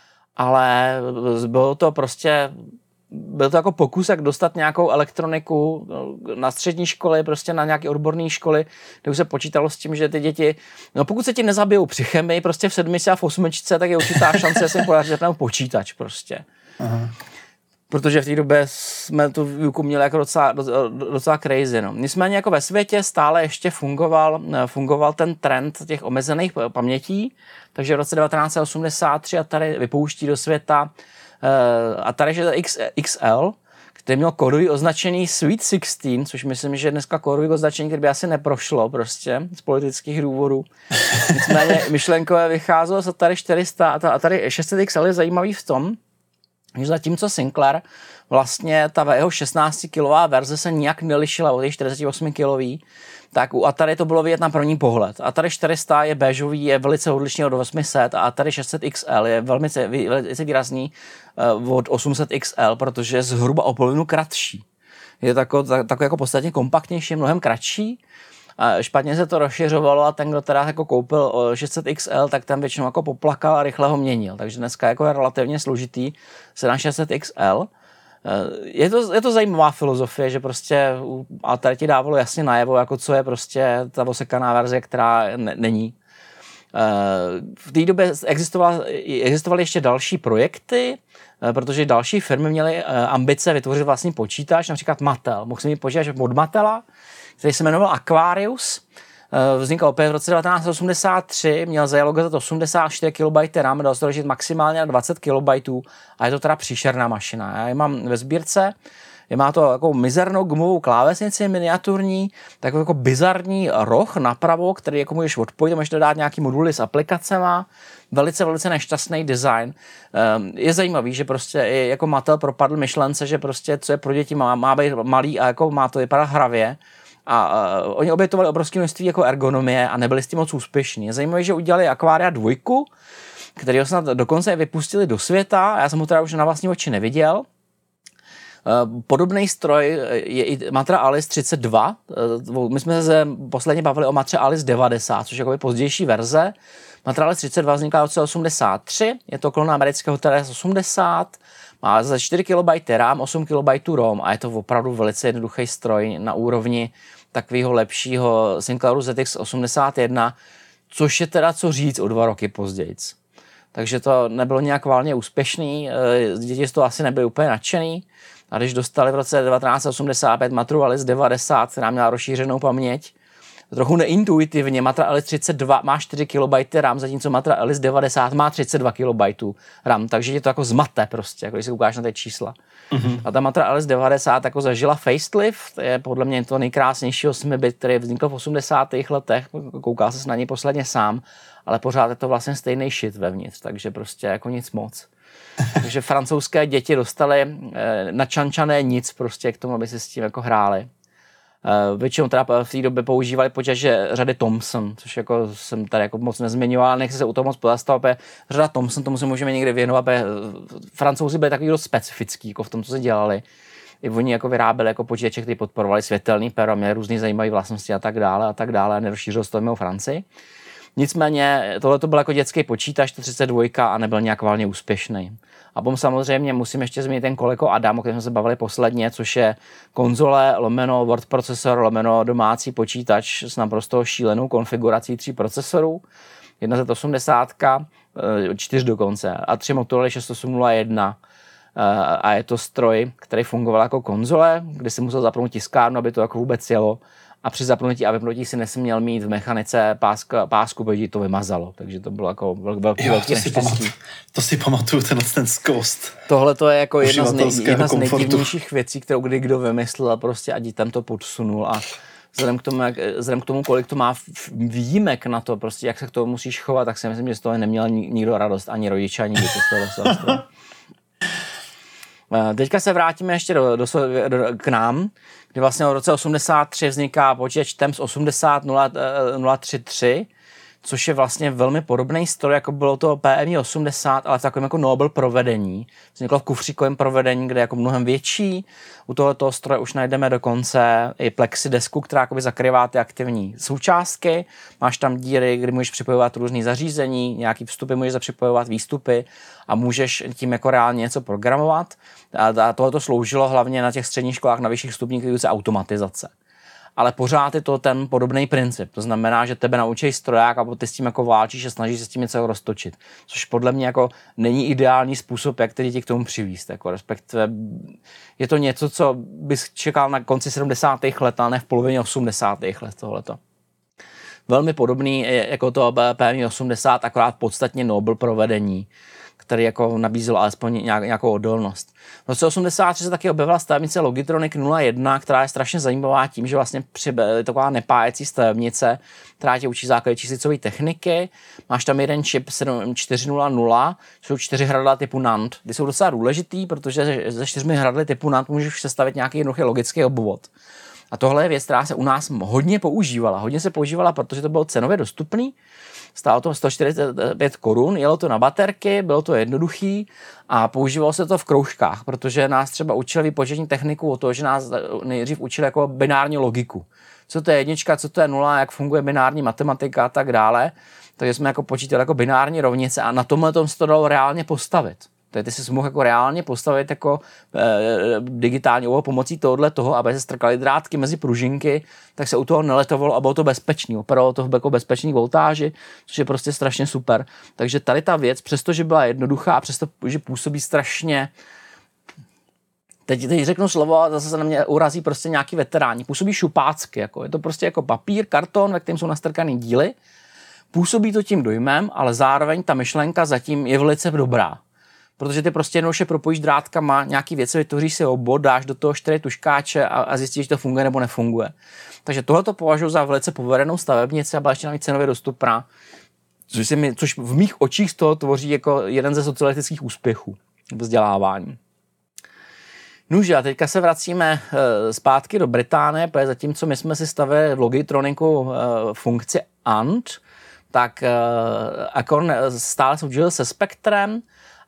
Ale bylo to prostě, byl to jako pokus, jak dostat nějakou elektroniku na střední školy, prostě na nějaké odborné školy, kde už se počítalo s tím, že ty děti, no pokud se ti nezabijou při chemii, prostě v sedmičce a v osmičce, tak je určitá šance, že se jim podaří zapnout počítač prostě. Aha. Protože v té době jsme tu výuku měli jako docela, docela crazy. No. Nicméně jako ve světě stále ještě fungoval, fungoval ten trend těch omezených pamětí, takže v roce devatenáct set osmdesát tři Atari vypouští do světa uh, Atari X L, který měl kódový označení Sweet šestnáct, což myslím, že dneska kódový označení, které by asi neprošlo prostě z politických důvodů. Nicméně myšlenkové vycházelo z Atari čtyři sta a ta Atari šest set X L je zajímavý v tom, že zatímco Sinclair vlastně ta jeho šestnáctikilová verze se nijak nelišila od těch čtyřicetiosmikilový, tak u Atari to bylo vidět na první pohled. Atari čtyři sta je béžový, je velice odlišný od osm set a Atari šest set X L je velmi velice výrazný od osm set X L, protože je zhruba o polovinu kratší. Je takový tako jako podstatně kompaktnější, mnohem kratší. A špatně se to rozšiřovalo a ten, kdo teda jako koupil šest set X L, tak tam většinou jako poplakal a rychle ho měnil. Takže dneska jako je relativně složitý se na šest set X L. Je to, je to zajímavá filozofie, že prostě a tady ti dávalo jasně najevo, jako co je prostě ta osekaná verze, která ne, není. V té době existovaly, existovaly ještě další projekty, protože další firmy měly ambice vytvořit vlastní počítač, například Mattel. Mohl jsem mít počítač od Mattela, který se jmenoval Aquarius. Vznikl opět v roce devatenáct set osmdesát tři, měl za Yellowcat osmdesát čtyři kilobajtů RAM, dal se to dožít maximálně na dvacet kilobajtů a je to teda příšerná mašina. Já ji mám ve sbírce, je má to jako mizernou gumovou klávesnici miniaturní, takový jako bizarní roh napravo, který jako můžeš odpojit, můžeš dát nějaký moduly s aplikacema, velice, velice nešťastný design. Je zajímavý, že prostě jako Mattel propadl myšlence, že prostě co je pro děti má, má být malý a jako má to vypadat hravě. A uh, oni obětovali obrovské množství jako ergonomie a nebyli s tím moc úspěšní. Je zajímavé, že udělali Aquaria dva, který ho snad dokonce vypustili do světa. Já jsem ho teda už na vlastní oči neviděl. Podobný stroj je i Matra Alice třicet dva. My jsme se posledně bavili o Matře Alice devadesát, což je jakoby pozdější verze. Matra Alice třicet dva vznikla v roce osmdesát tři, je to klon amerického T R S osmdesát, má za čtyři kilobajty RAM, osm kilobajtů ROM a je to opravdu velice jednoduchý stroj na úrovni takového lepšího Sinclairu Z X osmdesát jedna, což je teda co říct o dva roky později. Takže to nebylo nějak válně úspěšný, děti z toho asi nebyly úplně nadšený. A když dostali v roce devatenáct osmdesát pět Matru Alice devadesát, která měla rozšířenou paměť, trochu neintuitivně, Matra Alice třicet dva má čtyři kilobajty RAM, zatímco Matra Alice devadesát má třicet dva kilobajtů RAM, takže je to jako zmate prostě, jako když si ukážeš na ty čísla. Mm-hmm. A ta Matra Alice devadesát jako zažila facelift, je podle mě to nejkrásnější osm bit, který vznikl v osmdesátých letech, koukal se na něj posledně sám, ale pořád je to vlastně stejný shit vevnitř, takže prostě jako nic moc. Takže francouzské děti dostaly eh, načančané nic prostě k tomu, aby se s tím jako hráli. Uh, většinou teda v té době používali počítače řady Thomson, což jako jsem tady jako moc nezmiňoval, ale nechci se u toho moc pozastavit, protože řada Thomson, tomu se můžeme někdy věnovat, protože Francouzi byli takový dost specifický jako v tom, co se dělali. I oni jako vyráběli jako počítače, které podporovali světelný pero, měli různý zajímavé vlastnosti a tak dále a tak dále, a nerozšířilo se to mimo Francii. Nicméně tohle to byl jako dětský počítač, třicet dva, a nebyl nějak válně úspěšný. A potom samozřejmě musím ještě zmínit ten Coleco Adam, o kterém jsme se bavili posledně, což je konzole lomeno word procesor lomeno domácí počítač s naprosto šílenou konfigurací tří procesorů. jedna set osmdesát, čtyři dokonce a tři Motorola šest osm nula jedna. A je to stroj, který fungoval jako konzole, kde si musel zapnout tiskárnu, aby to jako vůbec jelo. A při zapnutí a vypnutí si nesměl mít v mechanice páska, pásku, protože to vymazalo. Takže to bylo jako velký, jo, velký to si pamatuju, to si pamatuju, ten, ten zkost. Tohle to je jako jedna z, nej, jedna z nejdivnějších věcí, kterou kdy kdo vymyslel prostě a dítem to podsunul. A vzhledem k tomu, jak, vzhledem k tomu, kolik to má výjimek na to, prostě jak se k tomu musíš chovat, tak si myslím, že z toho neměl nikdo radost, ani rodiče, ani děti z toho. Teďka se vrátíme ještě do, do, do, k nám, kdy vlastně v roce osmdesát tři vzniká počítač T E M S osmdesát nula třicet tři, což je vlastně velmi podobný stroj, jako bylo to P M I osmdesát, ale v takovém jako Nobel provedení. Vzniklo v kufříkovém provedení, kde je jako mnohem větší. U tohoto stroje už najdeme dokonce i plexidesku, která jakoby zakrývá ty aktivní součástky. Máš tam díry, kdy můžeš připojovat různý zařízení, nějaký vstupy můžeš připojovat, výstupy a můžeš tím jako reálně něco programovat. A tohoto sloužilo hlavně na těch středních školách na vyšších stupních výuce automatizace. Ale pořád je to ten podobný princip. To znamená, že tebe naučí stroják a ty s tím jako válčíš a snažíš se s tím něco roztočit. Což podle mě jako není ideální způsob, jak ty děti k tomu přivízt. Jako respektive je to něco, co bys čekal na konci sedmdesátých let, ale ne v polovině osmdesátých let tohleto. Velmi podobný jako to P M I osmdesát, akorát podstatně Nobel provedení, který jako nabízel alespoň nějakou odolnost. V roce osmdesát tři se taky objevila stavebnice Logitronic nula jedna, která je strašně zajímavá tím, že vlastně je taková nepájecí stavebnice, která tě učí základy číslicové techniky. Máš tam jeden čip čtyři nula nula, jsou čtyři hradla typu NAND. Ty jsou docela důležitý, protože ze čtyřmi hradly typu NAND můžeš sestavit nějaký jednoduchý logický obvod. A tohle je věc, která se u nás hodně používala. Hodně se používala, protože to bylo cenově dostupný. Stálo to sto čtyřicet pět korun, jelo to na baterky, bylo to jednoduchý a používalo se to v kroužkách, protože nás třeba učili výpočetní techniku o to, že nás nejdřív učili jako binární logiku. Co to je jednička, co to je nula, jak funguje binární matematika a tak dále. Takže jsme jako počítali jako binární rovnice a na tomhle tom se to dalo reálně postavit. Takže ty si mohl jako reálně postavit jako e, digitální obvod pomocí tohohle toho, aby se strkaly drátky mezi pružinky, tak se u toho neletovalo a bylo to bezpečný. Operovalo to v jako bezpečný voltáži, což je prostě strašně super. Takže tady ta věc, přestože byla jednoduchá a přesto, že působí strašně, teď, teď řeknu slovo a zase se na mě urazí prostě nějaký veteráni, působí šupácky. Jako. Je to prostě jako papír, karton, ve kterém jsou nastrkaný díly. Působí to tím dojmem, ale zároveň ta myšlenka zatím je velice dobrá. Protože ty prostě jednoduše propojíš drátkama nějaký věci, vytvoříš si obvod, dáš do toho čtyři tuškáče a, a zjistíš, že to funguje nebo nefunguje. Takže tohle to považuji za velice povedenou stavebnici a byla ještě navíc cenově dostupná, což, si mi, což v mých očích z toho tvoří jako jeden ze socialistických úspěchů vzdělávání. Nuže, a teďka se vracíme e, zpátky do Británie, protože zatímco my jsme si stavili v Logitroniku e, funkci A N D, tak e, Acorn stále soutěžil se Spectrem.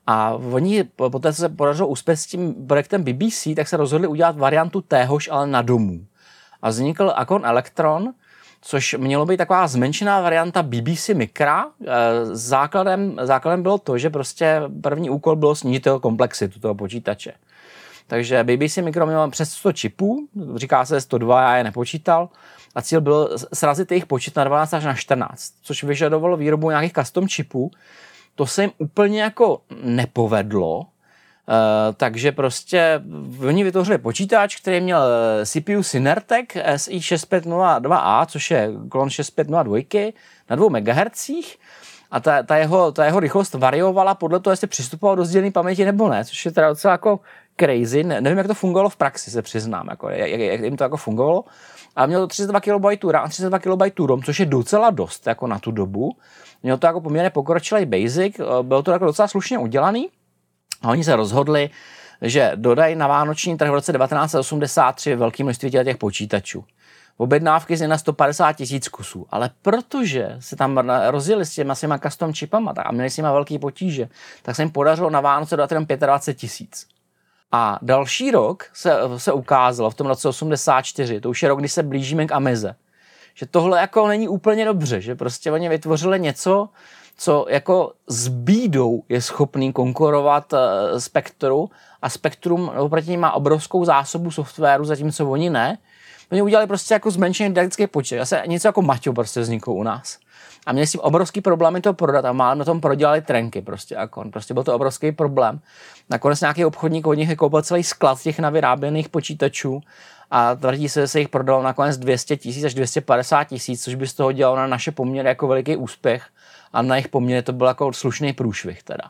A oni, poté co se podařilo uspět s tím projektem B B C, tak se rozhodli udělat variantu téhož, ale na domů. A vznikl Acon Electron, což mělo být taková zmenšená varianta B B C Micra. Základem, základem bylo to, že prostě první úkol bylo snížit toho komplexitu toho počítače. Takže B B C Micro mělo přes sto čipů, říká se sto dva, já je nepočítal, a cíl byl srazit jejich počet na dvanáct až na čtrnáct, což vyžadovalo výrobu nějakých custom čipů. To se jim úplně jako nepovedlo, uh, takže prostě oni vytvořili počítač, který měl C P U Synertec S I šest pět nula dva A, což je klon šest pět nula dva na dvou megahertzích, a ta, ta, jeho, ta jeho rychlost variovala podle toho, jestli přistupoval do sdílené paměti nebo ne, což je teda docela jako crazy. Ne, nevím, jak to fungovalo v praxi, se přiznám, jako, jak, jak jim to jako fungovalo. A mělo to třicet dva kilobajtů RAM a třicet dva kilobajtů ROM, což je docela dost jako na tu dobu. Mělo to jako poměrně pokročilý basic, bylo to jako docela slušně udělaný. A oni se rozhodli, že dodají na vánoční trh v roce devatenáct set osmdesát tři velké množství těch počítačů. Objednávky z na sto padesát tisíc kusů, ale protože se tam rozjeli s těma, s těma custom čipama a měli s těma velký potíže, tak se jim podařilo na Vánoce dodat jenom dvacet pět tisíc. A další rok se, se ukázalo v tom roce osmdesát čtyři, to už je rok, kdy se blížíme k Amize, že tohle jako není úplně dobře, že prostě oni vytvořili něco, co jako s bídou je schopný konkurovat uh, Spectru a Spectrum oproti ním má obrovskou zásobu softwaru, zatímco oni ne. Oni udělali prostě jako zmenšený didaktický počet. Asi něco jako Maťo prostě vzniklo u nás. A měli s tím obrovský problémy to prodat a málem na tom prodělali trenky prostě. Jako. Prostě byl to obrovský problém. Nakonec nějaký obchodník od nich koupil celý sklad těch navyráběných počítačů a tvrdí se, že se jich prodalo nakonec dvě stě tisíc až dvě stě padesát tisíc, což by z toho dělalo na naše poměry jako veliký úspěch a na jejich poměry to byl jako slušný průšvih teda.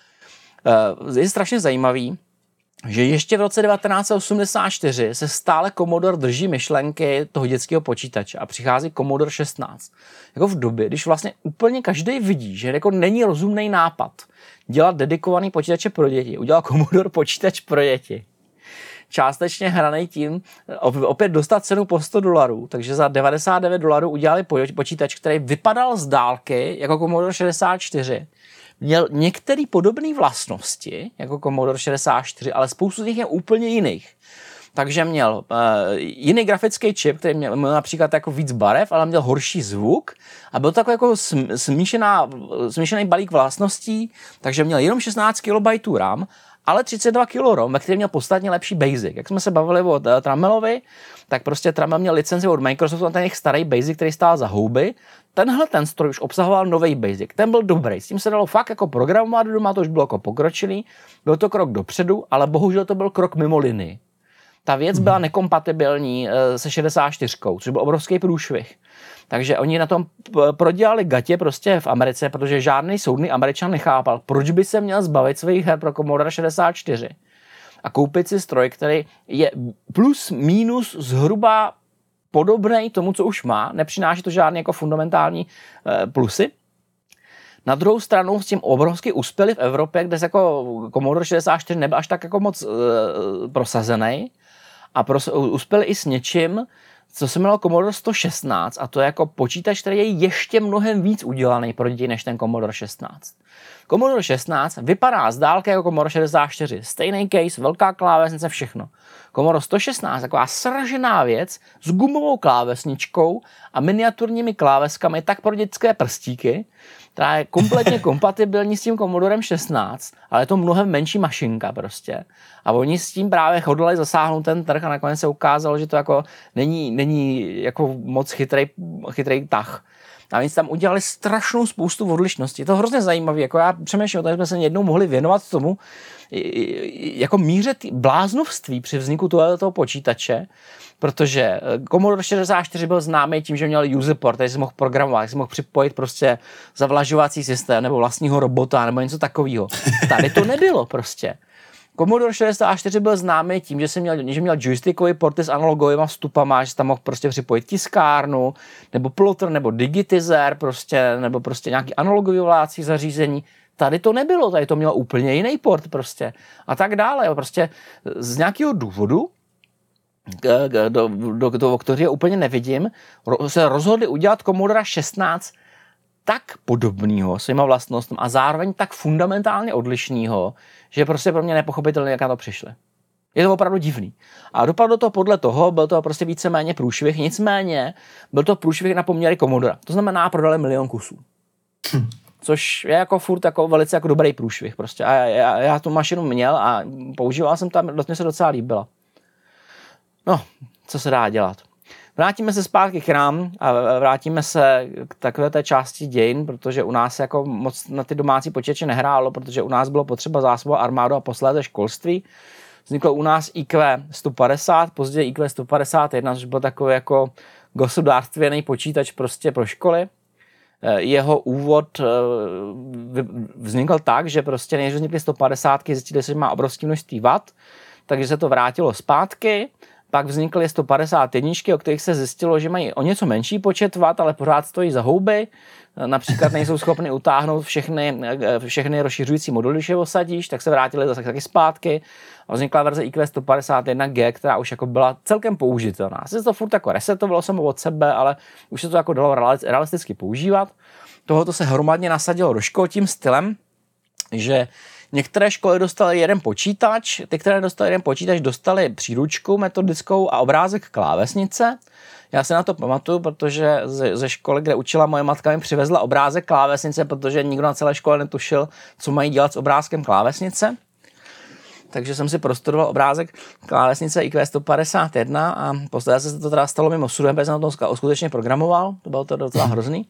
Je strašně zajímavý, že ještě v roce devatenáct set osmdesát čtyři se stále Commodore drží myšlenky toho dětského počítače a přichází Commodore šestnáct. Jako v době, když vlastně úplně každý vidí, že jako není rozumný nápad dělat dedikovaný počítače pro děti. Udělal Commodore počítač pro děti. Částečně hranej tím opět dostat cenu po sto dolarů, takže za devadesát devět dolarů udělali počítač, který vypadal z dálky jako Commodore šedesát čtyři. Měl některé podobné vlastnosti, jako Commodore šedesát čtyři, ale spoustu z nich je úplně jiných. Takže měl uh, jiný grafický čip, který měl, měl například jako víc barev, ale měl horší zvuk a byl takový jako smíšená, smíšený balík vlastností, takže měl jenom šestnáct kilobajtů RAM, ale třicet dva kilobajtů ROM, ve kterém měl podstatně lepší basic. Jak jsme se bavili o uh, Tramelovi, tak prostě Tramel měl licenci od Microsoftu na ten jejich starý basic, který stál za houby. Tenhle ten stroj už obsahoval nový basic, ten byl dobrý, s tím se dalo fakt jako programovat doma, to už bylo jako pokročilý, byl to krok dopředu, ale bohužel to byl krok mimo linii. Ta věc byla nekompatibilní se šedesát čtyři, což byl obrovský průšvih. Takže oni na tom prodělali gatě prostě v Americe, protože žádný soudný Američan nechápal, proč by se měl zbavit svých her pro Commodore šedesát čtyři a koupit si stroj, který je plus minus zhruba podobnej tomu, co už má, nepřináší to žádné jako fundamentální e, plusy. Na druhou stranu s tím obrovsky uspěli v Evropě, kde se jako Commodore šedesát čtyři nebyl až tak jako moc e, prosazený a pros, uspěli i s něčím, co se jmenovalo Commodore sto šestnáct a to je jako počítač, který je ještě mnohem víc udělaný pro děti než ten Commodore šestnáct. Commodore šestnáct vypadá z dálky jako Commodore šedesát čtyři. Stejný case, velká klávesnice, všechno. Commodore sto šestnáct, taková sražená věc s gumovou klávesničkou a miniaturními kláveskami tak pro dětské prstíky, která je kompletně kompatibilní s tím Commodorem šestnáct, ale je to mnohem menší mašinka prostě. A oni s tím právě hodlali zasáhnout ten trh a nakonec se ukázalo, že to jako není, není jako moc chytrej, chytrej tah. A oni tam udělali strašnou spoustu odlišností. Je to hrozně zajímavé. Jako já přemýšlím o tom, že jsme se jednou mohli věnovat tomu, jako míře bláznovství při vzniku tohoto počítače, protože Commodore šedesát čtyři byl známý tím, že měl user port, takže si mohl programovat, si mohl připojit prostě zavlažovací systém nebo vlastního robota nebo něco takového. Tady to nebylo prostě. Commodore šedesát čtyři byl známý tím, že, jsem měl, že měl joystickový porty s analogovými vstupama, že tam mohl prostě připojit tiskárnu, nebo plotter, nebo digitizer, prostě, nebo prostě nějaký analogový ovládací zařízení. Tady to nebylo, tady to mělo úplně jiný port prostě. A tak dále. Prostě z nějakého důvodu, do, do, do, do, který úplně nevidím, se rozhodli udělat Commodore šestnáct tak podobného svýma vlastnostmi a zároveň tak fundamentálně odlišného, že je prostě pro mě nepochopitelné, jak na to přišli. Je to opravdu divný. A dopadlo to podle toho, byl to prostě víceméně průšvih, nicméně byl to průšvih na poměry Commodore. To znamená, prodali milion kusů. Hm. Což je jako furt jako velice jako dobrý průšvih prostě. A já, já, já tu mašinu měl a používal jsem tam, mě se docela líbila. No, co se dá dělat. Vrátíme se zpátky k nám a vrátíme se k takové té části dějin, protože u nás jako moc na ty domácí počítače nehrálo, protože u nás bylo potřeba zásobovat armádu a posléze školství. Vzniklo u nás í kvé sto padesát, později í kvé sto padesát jedna, což byl takový jako gospodářstvěný počítač prostě pro školy. Jeho úvod vznikl tak, že prostě než vznikly sto padesát, zjistili, že má obrovské množství watt, takže se to vrátilo zpátky. Pak vznikly sto padesát jedna, o kterých se zjistilo, že mají o něco menší počet watt, ale pořád stojí za houby. Například nejsou schopni utáhnout všechny, všechny rozšiřující moduly, když je osadíš, tak se vrátili zase taky zpátky. A vznikla verze í kvé sto padesát jedna G, která už jako byla celkem použitelná. Se to furt jako resetovalo samo od sebe, ale už se to jako dalo realisticky používat. Tohoto se hromadně nasadilo do škol tím stylem, že některé školy dostaly jeden počítač, ty, které dostaly jeden počítač, dostaly příručku metodickou a obrázek klávesnice. Já se na to pamatuju, protože ze, ze školy, kde učila moje matka, mi přivezla obrázek klávesnice, protože nikdo na celé škole netušil, co mají dělat s obrázkem klávesnice. Takže jsem si prostudoval obrázek klávesnice í kvé sto padesát jedna a posledně se to teda stalo mimo studem, protože jsem na tom skutečně programoval, to bylo to docela hrozný.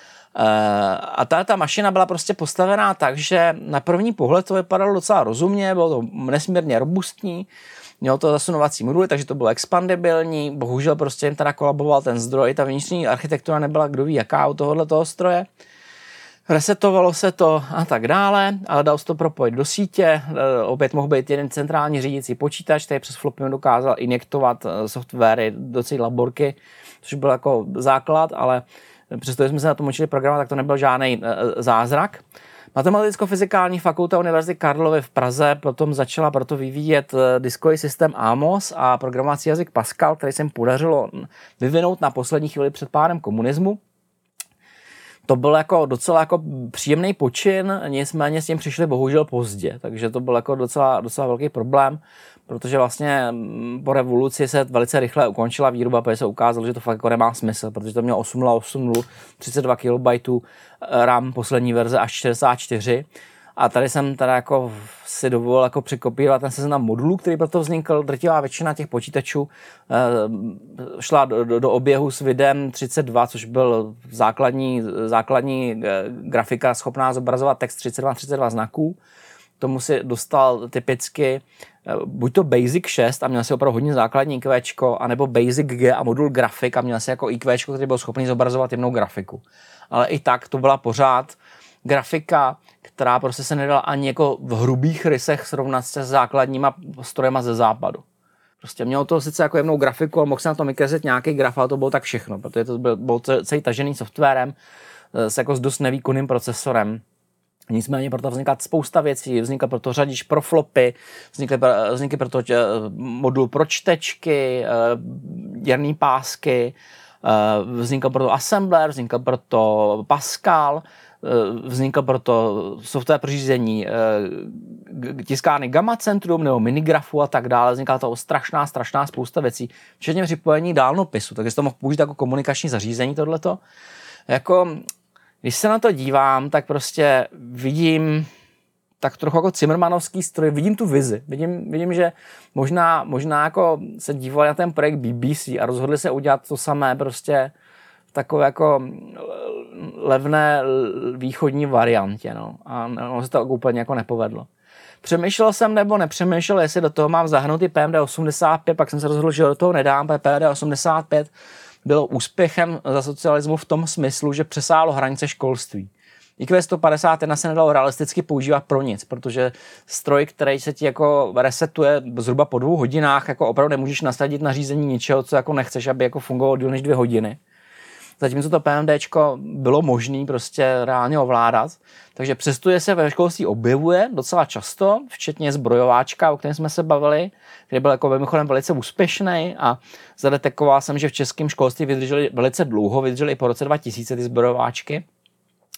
A ta, ta mašina byla prostě postavená tak, že na první pohled to vypadalo docela rozumně, bylo to nesmírně robustní, mělo to zasunovací moduly, takže to bylo expandibilní, bohužel prostě jim teda kolaboval ten zdroj, ta vnitřní architektura nebyla kdo ví jaká u tohohle toho stroje. Resetovalo se to a tak dále, ale dal se to propojit do sítě, opět mohl být jeden centrální řídící počítač, který přes Floppy dokázal injektovat softwary do celé laborky, což byl jako základ, ale přestože jsme se na tom učili programovat, tak to nebyl žádný zázrak. Matematicko-fyzikální fakulta Univerzity Karlovy v Praze potom začala proto vyvíjet diskový systém Amos a programovací jazyk Pascal, který se jim podařilo vyvinout na poslední chvíli před pádem komunismu. To byl jako docela jako příjemný počin, nicméně s tím přišli bohužel pozdě, takže to byl jako docela, docela velký problém, protože vlastně po revoluci se velice rychle ukončila výroba, protože se ukázalo, že to fakt jako nemá smysl, protože to mělo osm nula osm nula, třicet dva kilobajtů RAM, poslední verze až šedesát čtyři. A tady jsem teda jako si dovolil jako překopírovat ten seznam modulů, který proto vznikl. Drtivá většina těch počítačů e, šla do, do, do oběhu s videem třicet dva, což byl základní, základní e, grafika schopná zobrazovat text třicet dva třicet dva znaků. Tomu si dostal typicky e, buď to Basic šest a měl si opravdu hodně základní IQčko, anebo Basic G a modul grafik a měl si jako IQčko, který byl schopný zobrazovat jemnou grafiku. Ale i tak to byla pořád grafika, která prostě se nedala ani jako v hrubých rysech srovnat se základníma strojema ze západu. Prostě mělo to sice jako jemnou grafiku, ale mohl se na tom vykreslit nějaký graf, ale to bylo tak všechno, protože to byl, byl celý tažený softwarem s jako s dost nevýkonným procesorem. Nicméně proto vznikla spousta věcí, vznikl proto řadič pro flopy, vznikly, vznikly proto modul pro čtečky, děrný pásky, vznikl proto assembler, vznikl proto Pascal, vznikl proto software pro řízení tiskárny Gamma Centrum nebo minigrafu a tak dále. Vznikla to strašná, strašná spousta věcí, včetně připojení dálnopisu, takže to mohl použít jako komunikační zařízení tohleto. Jako, když se na to dívám, tak prostě vidím tak trochu jako Zimmermanovský stroj, vidím tu vizi. Vidím, vidím že možná, možná jako se dívali na ten projekt B B C a rozhodli se udělat to samé prostě v takové jako levné východní variantě, no. A no, se to úplně jako nepovedlo. Přemýšlel jsem nebo nepřemýšlel, jestli do toho mám zahrnout i P M D osmdesát pět, pak jsem se rozhodl, že do toho nedám, protože P M D osmdesát pět bylo úspěchem za socialismu v tom smyslu, že přesáhlo hranice školství. í kvé sto padesát jedna se nedalo realisticky používat pro nic, protože stroj, který se ti jako resetuje zhruba po dvou hodinách, jako opravdu nemůžeš nasadit na řízení ničeho, co jako nechceš, aby jako fungovalo díl než dvě hodiny. Zatímco to PMDčko bylo možné prostě reálně ovládat, takže přesto se ve školství objevuje docela často, včetně zbrojováčka, o kterém jsme se bavili, který byl jako mimochodem velice úspěšný a zadetekoval jsem, že v českém školství vydrželi velice dlouho, vydrželi i po roce dva tisíce ty zbrojováčky.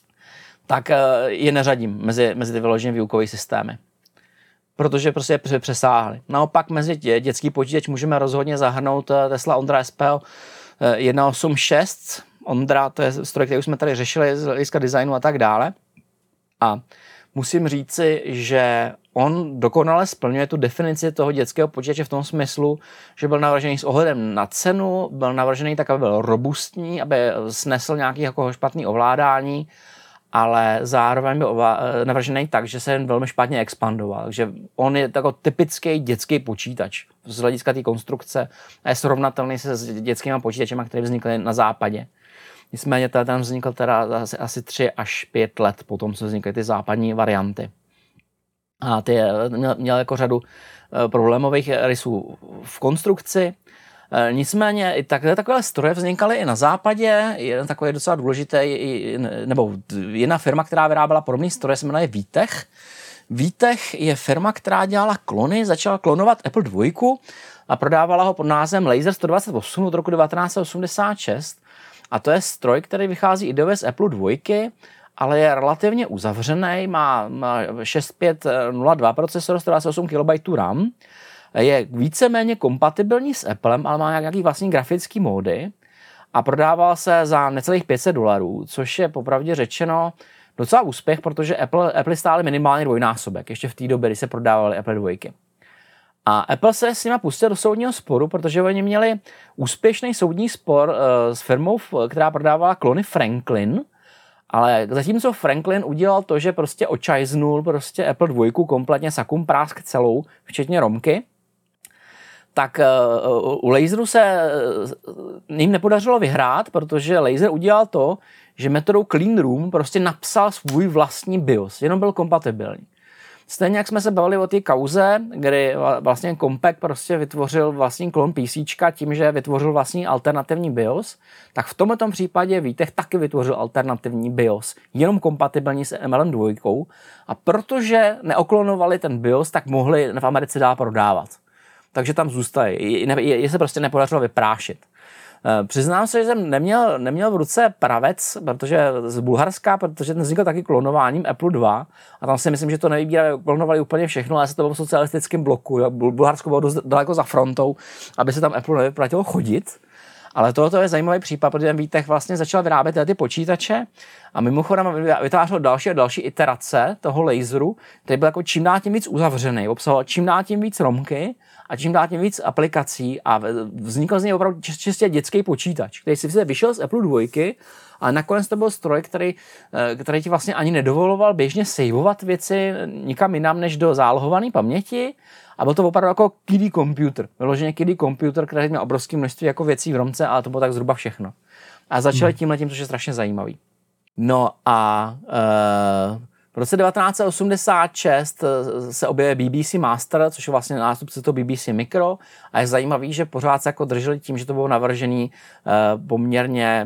tak je neřadím mezi, mezi ty vyloženě výukové systémy. Protože prostě přesáhli. Naopak mezi dě, dětský počítač můžeme rozhodně zahrnout Tesla Ondra S P O jedna osm šest. Ondra, to je stroj, který už jsme tady řešili z hlediska designu a tak dále. A musím říci, že on dokonale splňuje tu definici toho dětského počítače v tom smyslu, že byl navržený s ohledem na cenu, byl navržený tak, aby byl robustní, aby snesl nějaký jako špatný ovládání, ale zároveň byl navržený tak, že se jen velmi špatně expandoval. Takže on je jako typický dětský počítač z hlediska té konstrukce a je srovnatelný se s dětskými počítačemi, které vznikly na západě. Nicméně ten vznikl teda asi, asi tři až pět let potom, co vznikly ty západní varianty. A ty měl jako řadu problémových rysů v konstrukci. Nicméně i takové, takové stroje vznikaly i na západě. Jeden takový docela důležitý, nebo jedna firma, která vyráběla podobný stroje, se jmenuje Vitech. Vitech je firma, která dělala klony, začala klonovat Apple dva a prodávala ho pod názvem Laser sto dvacet osm od roku devatenáct set osmdesát šest. A to je stroj, který vychází ideově z Apple dva, ale je relativně uzavřený, má, má šest pět nula dva procesor, sto dvacet osm kilobajtů RAM, je víceméně kompatibilní s Applem, ale má nějaký vlastní grafický módy a prodával se za necelých pět set dolarů, což je popravdě řečeno docela úspěch, protože Apple, Apple stály minimálně dvojnásobek, ještě v té době, kdy se prodávaly Apple dva. A Apple se s nima pustil do soudního sporu, protože oni měli úspěšný soudní spor uh, s firmou, která prodávala klony Franklin, ale zatímco Franklin udělal to, že prostě očajznul prostě Apple dva kompletně sakum prásk celou, včetně romky, tak uh, u Laseru se uh, jim nepodařilo vyhrát, protože Laser udělal to, že metodou Clean Room prostě napsal svůj vlastní BIOS, jenom byl kompatibilní. Stejně jak jsme se bavili o té kauze, kdy vlastně Compaq prostě vytvořil vlastní klon PCčka tím, že vytvořil vlastní alternativní BIOS, tak v tomto případě Vitech taky vytvořil alternativní BIOS, jenom kompatibilní s M L M dva. A protože neoklonovali ten BIOS, tak mohli v Americe dál prodávat. Takže tam zůstají. Je se prostě nepodařilo vyprášit. Přiznám se, že jsem neměl, neměl v ruce pravec, protože z Bulharska, protože ten vznikl taky klonováním Apple dva a tam si myslím, že to nevybírali, klonovali úplně všechno, ale se to bylo v socialistickém bloku. Jo. Bulharsko bylo dost daleko za frontou, aby se tam Apple nevyplatilo chodit. Ale tohoto je zajímavý případ, protože ten Vitech vlastně začal vyrábět ty počítače a mimochodem vytvářel další a další iterace toho laseru, který byl jako čím dál tím víc uzavřený, obsahoval čím dál tím víc romky a čím dál tím víc aplikací a vznikl z něj opravdu čistě dětský počítač, který si vyšel z Apple dva, ale nakonec to byl stroj, který, který ti vlastně ani nedovoloval běžně saveovat věci nikam jinam než do zálohované paměti. A byl to opravdu jako kiddie computer. Vyloženě kiddie computer, který měl obrovské množství jako věcí v romce, ale to bylo tak zhruba všechno. A začali tímhletím, což je strašně zajímavý. No a e, v roce devatenáct set osmdesát šest se objevuje B B C Master, což je vlastně nástupce toho B B C Micro. A je zajímavý, že pořád se jako drželi tím, že to bylo navržený e, poměrně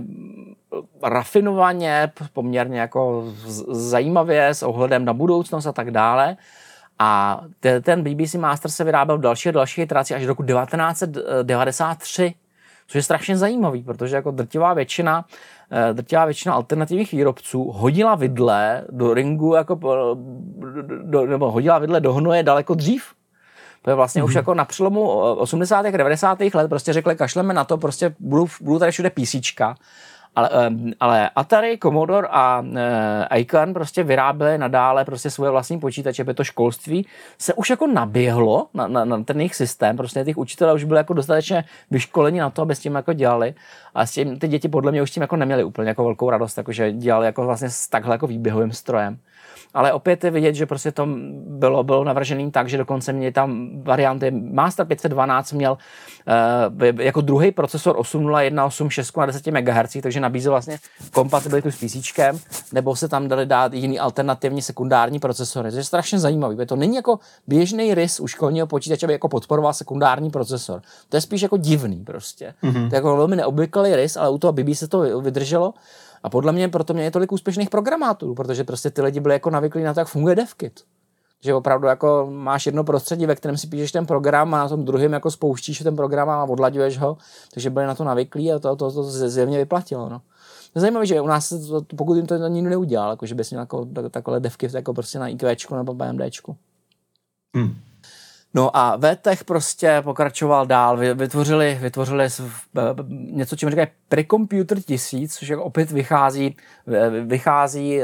rafinovaně, poměrně jako zajímavě s ohledem na budoucnost a tak dále. A ten B B C Master se vyráběl v další a další iteraci až do roku devatenáct set devadesát tři, což je strašně zajímavý, protože jako drtivá většina, drtivá většina alternativních výrobců hodila vidle do ringu, jako, do, nebo hodila vidle do hnoje daleko dřív. To je vlastně mm-hmm. už jako na přelomu osmdesátých a devadesátých let prostě řekli, kašleme na to, prostě budou, budou tady všude PCčka. Ale, ale Atari, Commodore a e, Icon prostě vyráběli nadále prostě svoje vlastní počítače, protože to školství se už jako naběhlo na, na, na ten jejich systém, prostě těch učitelé už byli jako dostatečně vyškoleni na to, aby s tím jako dělali a s tím ty děti podle mě už s tím jako neměli úplně jako velkou radost, jakože dělali jako vlastně s takhle jako výběhovým strojem. Ale opět je vidět, že prostě to bylo, bylo navržený tak, že dokonce měli tam varianty. Master pět set dvanáct měl uh, jako druhý procesor osm nula jedna osm šest na deset megahertzů, takže nabízel vlastně kompatibilitu s PCčkem, nebo se tam dali dát jiný alternativní sekundární procesory. To je strašně zajímavý, protože to není jako běžný rys u školního počítače, aby jako podporoval sekundární procesor. To je spíš jako divný prostě. Mm-hmm. To je jako velmi neobvyklý rys, ale u toho B B se to vydrželo. A podle mě proto mě je tolik úspěšných programátorů, protože prostě ty lidi byli jako navyklí na to, jak funguje DevKit. Že opravdu jako máš jedno prostředí, ve kterém si píšeš ten program a na tom druhém jako spouštíš ten program a odlaďuješ ho, takže byli na to navyklí a to, to, to zjevně vyplatilo. No. Zajímavé, že u nás, pokud jim to nikdo neudělal, jako, že bys měl jako, takové devky jako prostě na IQčku nebo BMDčku. Hmm. No a VTech prostě pokračoval dál, vytvořili, vytvořili něco, čemu říkají Precomputer tisíc, což jako opět vychází, vychází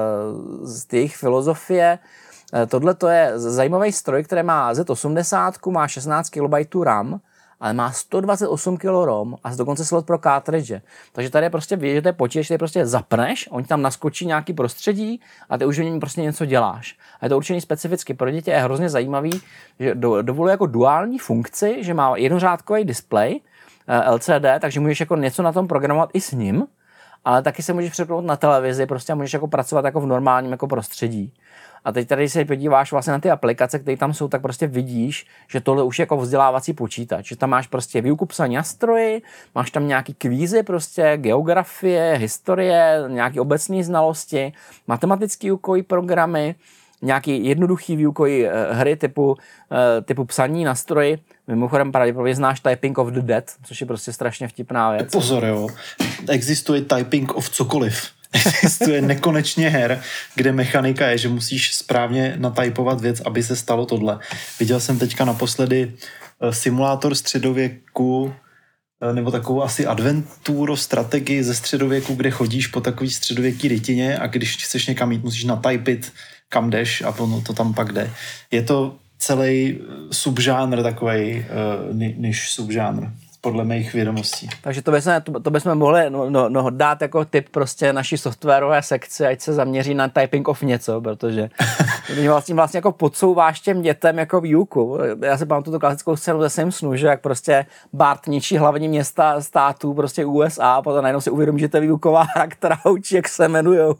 z těch filozofie. Tohle to je zajímavý stroj, který má Z osmdesát, má šestnáct kilobajtů RAM, ale má sto dvacet osm kilogramů ROM a dokonce slot pro cartridge. Takže tady je prostě, víš, že to je počítač, který prostě zapneš, on ti tam naskočí nějaký prostředí a ty už v něm prostě něco děláš. A je to určený specificky pro děti, je hrozně zajímavý, že do, dovoluje jako duální funkci, že má jednořádkový displej L C D, takže můžeš jako něco na tom programovat i s ním, ale taky se můžeš přepnout na televizi prostě a můžeš jako pracovat jako v normálním jako prostředí. A teď tady se podíváš vlastně na ty aplikace, které tam jsou, tak prostě vidíš, že tohle už je jako vzdělávací počítač. Že tam máš prostě výuku psaní na stroji, máš tam nějaký kvízy, prostě geografie, historie, nějaké obecné znalosti, matematické výukový programy, nějaký jednoduchý výukový hry typu, typu psaní na stroji. Mimochodem pravděpodobně znáš Typing of the Dead, což je prostě strašně vtipná věc. Pozor, jo. Existuje Typing of cokoliv. Existuje nekonečně her, kde mechanika je, že musíš správně natypovat věc, aby se stalo tohle. Viděl jsem teďka naposledy simulátor středověku, nebo takovou asi adventuro strategii ze středověku, kde chodíš po takový středověký rytině a když chceš někam jít, musíš natypit, kam jdeš a to, to tam pak jde. Je to celý subžánr takovej, než subžánr. Podle mých vědomostí. Takže to bychom, to, to bychom mohli no, no, no, dát jako tip prostě naší softwarové sekci, ať se zaměří na typing of něco, protože vlastně, vlastně jako podsouváš těm dětem jako výuku. Já si pamatuju tu klasickou scénu ze Simpsonu, že jak prostě Bart ničí hlavní města států prostě U S A a potom najednou si uvědomí, že to je výuková hra, která učí, jak se jmenujou.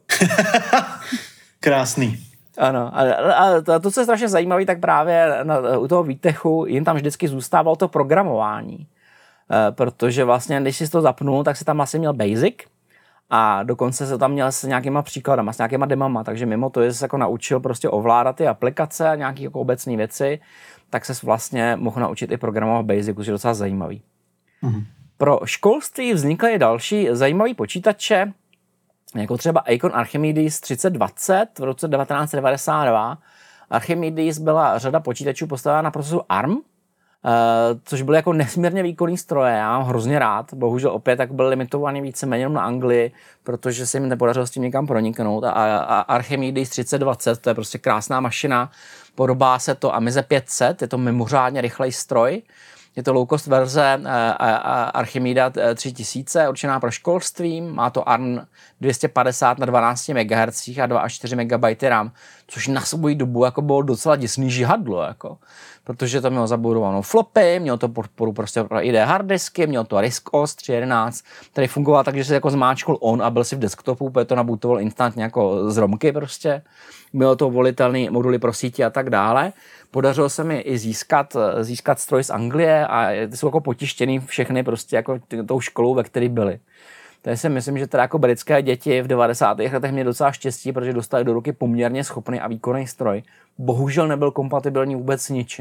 Krásný. Ano, a, a to, to, co je strašně zajímavé, tak právě na, u toho výtechu jim tam vždycky zůstávalo to programování. Protože vlastně, když jsi to zapnul, tak si tam asi měl Basic a dokonce se tam měl s nějakýma příkladama, s nějakýma demama, takže mimo to, že jsi jako naučil prostě ovládat ty aplikace a nějaké jako obecné věci, tak ses vlastně mohl naučit i programovat Basic, což je docela zajímavý. Mm-hmm. Pro školství vznikly i další zajímavé počítače, jako třeba Acorn Archimedes třicet dvacet v roce devatenáct set devadesát dva. Archimedes byla řada počítačů postavená na procesu A R M, Uh, což byly jako nesmírně výkonný stroje, já mám hrozně rád, bohužel opět tak byl limitovaný víceméně na Anglii, protože se jim nepodařilo s tím někam proniknout a, a Archimedes třicet dvacet, to je prostě krásná mašina, podobá se to Amize pět set, je to mimořádně rychlej stroj, je to low-cost verze uh, Archimeda tři tisíce, určená pro školství, má to A R M dvě stě padesát na dvanáct megahertzů a dva až čtyři megabajty RAM, což na svou dobu jako bylo docela děsný žihadlo, jako. Protože to mělo zabudovanou flopy, mělo to podporu prostě pro I D harddisky, mělo to RISC-O S tři jedenáct, který fungoval tak, že se jako zmáčkl on a byl si v desktopu, úplně to nabootoval instantně jako z romky prostě. Mělo to volitelné moduly pro sítě a tak dále. Podařilo se mi i získat, získat stroj z Anglie a jsou jako potištěný všechny prostě jako tou školou, ve které byly. Takže si myslím, že teda jako britské děti v devadesátých letech měly docela štěstí, protože dostali do ruky poměrně schopný a výkonný stroj. Bohužel nebyl kompatibilní vůbec s ničím.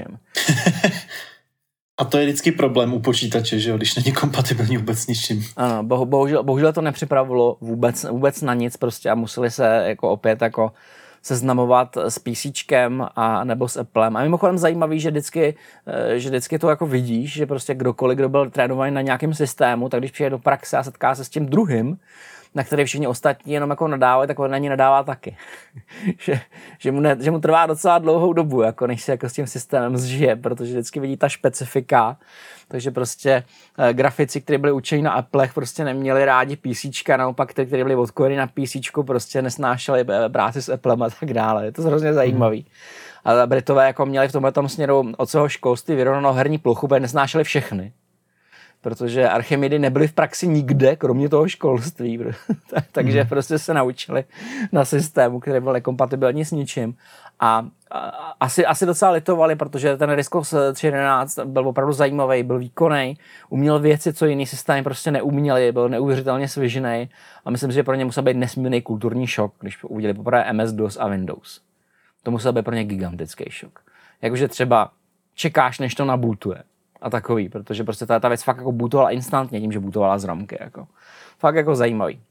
A to je vždycky problém u počítače, že jo, když není kompatibilní vůbec s ničím. Ano, bohužel, bohužel to nepřipravilo vůbec, vůbec na nic prostě a museli se jako opět jako seznamovat s PCčkem a nebo s Applem. A mimochodem zajímavý, že vždycky, že vždycky to jako vidíš, že prostě kdokoliv, kdo byl trénovaný na nějakém systému, tak když přijde do praxe a setká se s tím druhým, na který všichni ostatní jenom jako nadávají, tak on na ní nadává taky. že, že, mu ne, že mu trvá docela dlouhou dobu, jako než se jako s tím systémem zžije, protože vždycky vidí ta specifika. Takže prostě eh, grafici, kteří byli učeni na Applech, prostě neměli rádi PCčka, naopak ty, kteří byli odkojeni na PCčku, prostě nesnášeli práci s Applem a tak dále. Je to hrozně zajímavý. Hmm. A Britové jako měli v tomhle směru od svého školství vyrovnanou herní plochu, protože nesnášeli všechny. Protože Archimedy nebyly v praxi nikde, kromě toho školství. Takže hmm. prostě se naučili na systému, který byl nekompatibilní s ničím. A, a asi, asi docela litovali, protože ten RISC-O S tři jedenáct byl opravdu zajímavý, byl výkonný, uměl věci, co jiný systémy prostě neuměli, byl neuvěřitelně svižnej a myslím si, že pro ně musel být nesmírný kulturní šok, když uviděli poprvé M S DOS a Windows. To musel být pro ně gigantický šok. Jakože třeba čekáš, než to nabootuje. A takový, protože prostě ta, ta věc fakt jako bootovala instantně tím, že bootovala z ramky, jako. Fakt jako zajímavý.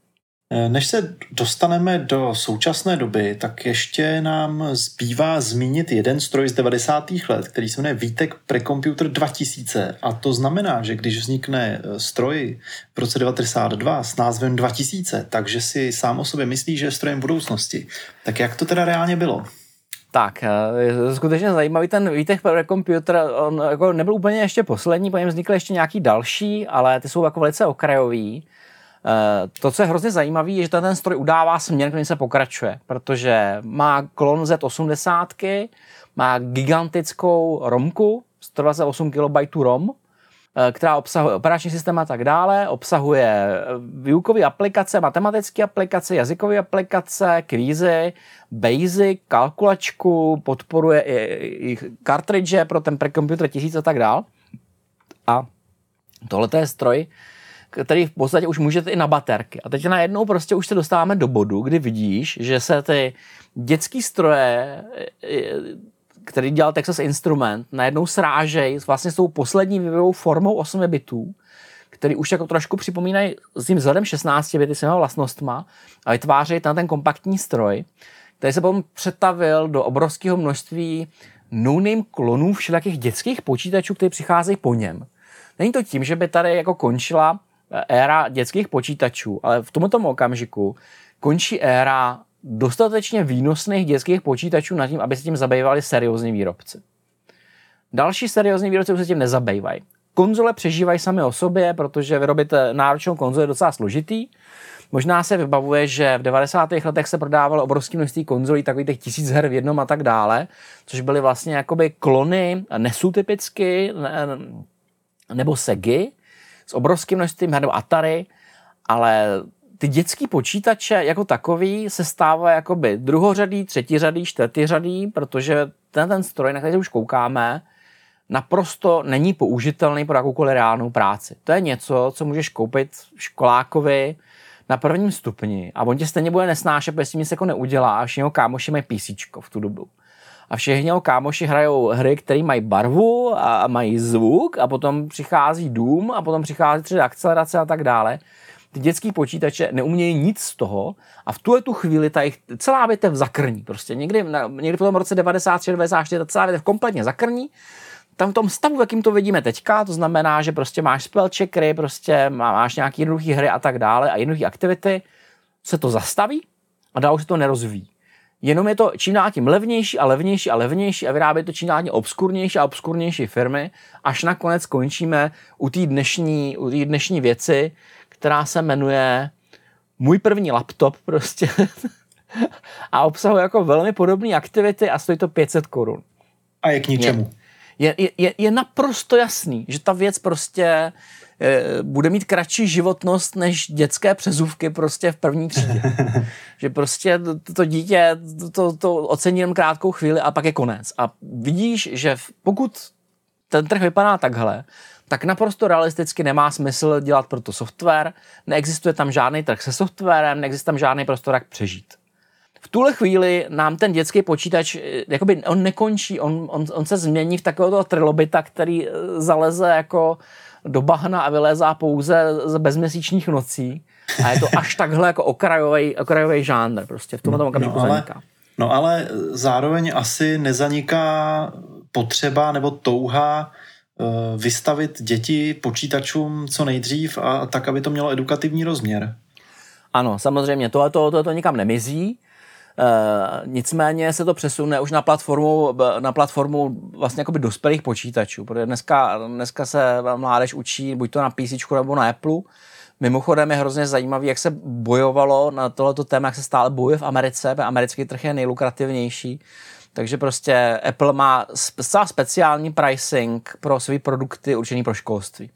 Než se dostaneme do současné doby, tak ještě nám zbývá zmínit jeden stroj z devadesátých let, který se jmenuje Vitek Precomputer dva tisíce. A to znamená, že když vznikne stroj v roce devadesát dva s názvem dva tisíce, takže si sám o sobě myslí, že je strojem budoucnosti. Tak jak to teda reálně bylo? Tak, je skutečně zajímavý ten Vitek Precomputer, on jako nebyl úplně ještě poslední, po něm vznikly ještě nějaký další, ale ty jsou jako velice okrajový. To, co je hrozně zajímavé, je, že ten stroj udává směr, kterým se pokračuje, protože má klon Z osmdesát, má gigantickou romku, sto dvacet osm kilobajtů rom, která obsahuje operační systém a tak dále, obsahuje výukové aplikace, matematické aplikace, jazykové aplikace, kvízy, basic, kalkulačku, podporuje i, i kartridže pro ten Precomputer tisíc a tak dále. A tohle je stroj, který v podstatě už můžete i na baterky. A teď najednou prostě už se dostáváme do bodu, kdy vidíš, že se ty dětský stroje, který dělal Texas Instrument, najednou srážejí vlastně s tou poslední vývojovou formou osmi bitů, který už jako trošku připomínají s tím vzhledem šestnácti bity, s těma vlastnostma a vytvářejí ten, ten kompaktní stroj, který se potom přetavil do obrovského množství no-name klonů všelijakých dětských počítačů, které přicházejí po něm. Není to tím, že by tady jako končila éra dětských počítačů, ale v tomto okamžiku končí éra dostatečně výnosných dětských počítačů nad tím, aby se tím zabývali seriózní výrobci. Další seriózní výrobci už se tím nezabývají. Konzole přežívají sami o sobě, protože vyrobit náročnou konzoli je docela složitý. Možná se vybavuje, že v devadesátých letech se prodávalo obrovské množství konzolí, takových těch tisíc her v jednom a tak dále, což byly vlastně jakoby klony Nesu typicky, nebo Segy, s obrovským množstvím her, nebo Atari, ale ty dětský počítače jako takový se stávají jakoby druhořadý, třetiřadý, čtvrtiřadý, protože ten, ten stroj, na který už koukáme, naprosto není použitelný pro jakoukoliv reálnou práci. To je něco, co můžeš koupit školákovi na prvním stupni a on tě stejně bude nesnášet, protože s tím nic jako neudělá a všichni jeho kámoši mají PCčko v tu dobu. A všichni jeho kámoši hrajou hry, které mají barvu a mají zvuk a potom přichází dům a potom přichází tři dé akcelerace a tak dále. Ty dětský počítače neumějí nic z toho a v tuhle tu chvíli ta jich celá větev zakrní. Prostě někdy, někdy v tom roce devadesát tři devadesát čtyři ta celá větev kompletně zakrní. Tam v tom stavu, jakým to vidíme teďka, to znamená, že prostě máš spell checkery, prostě máš nějaké jednoduché hry a tak dále a jednoduché aktivity, se to zastaví a dál už se to nerozvíjí. Jenom je to čím dál tím levnější a levnější a levnější a vyrábí to čím dál tím obskurnější a obskurnější firmy, až nakonec skončíme u té dnešní, u té dnešní věci, která se jmenuje můj první laptop prostě a obsahuje jako velmi podobné aktivity a stojí to pět set korun. A je k ničemu. Je, je, je, je naprosto jasný, že ta věc prostě e, bude mít kratší životnost než dětské přezůvky prostě v první třídě. Že prostě to, to dítě to, to ocení jen krátkou chvíli a pak je konec. A vidíš, že pokud ten trh vypadá takhle, tak naprosto realisticky nemá smysl dělat proto software, neexistuje tam žádný trh se softwarem, neexistuje tam žádný prostor, jak přežít. V tuhle chvíli nám ten dětský počítač, jakoby on nekončí, on, on, on se změní v takového toho trilobita, který zaleze jako do bahna a vylézá pouze z bezměsíčních nocí. A je to až takhle jako okrajový, okrajový žánr prostě v tomhle no, okamžiku no, ale, zaniká. No ale zároveň asi nezaniká potřeba nebo touha uh, vystavit děti počítačům co nejdřív a tak, aby to mělo edukativní rozměr. Ano, samozřejmě, tohle to, to, to nikam nemizí. Uh, nicméně se to přesune už na platformu, na platformu vlastně jakoby dospělých počítačů, protože dneska, dneska se mládež učí buď to na PCčku nebo na Apple. Mimochodem je hrozně zajímavý, jak se bojovalo na tohleto téma, jak se stále bojuje v Americe, protože americký trh je nejlukrativnější. Takže prostě Apple má zcela speciální pricing pro své produkty určený pro školství.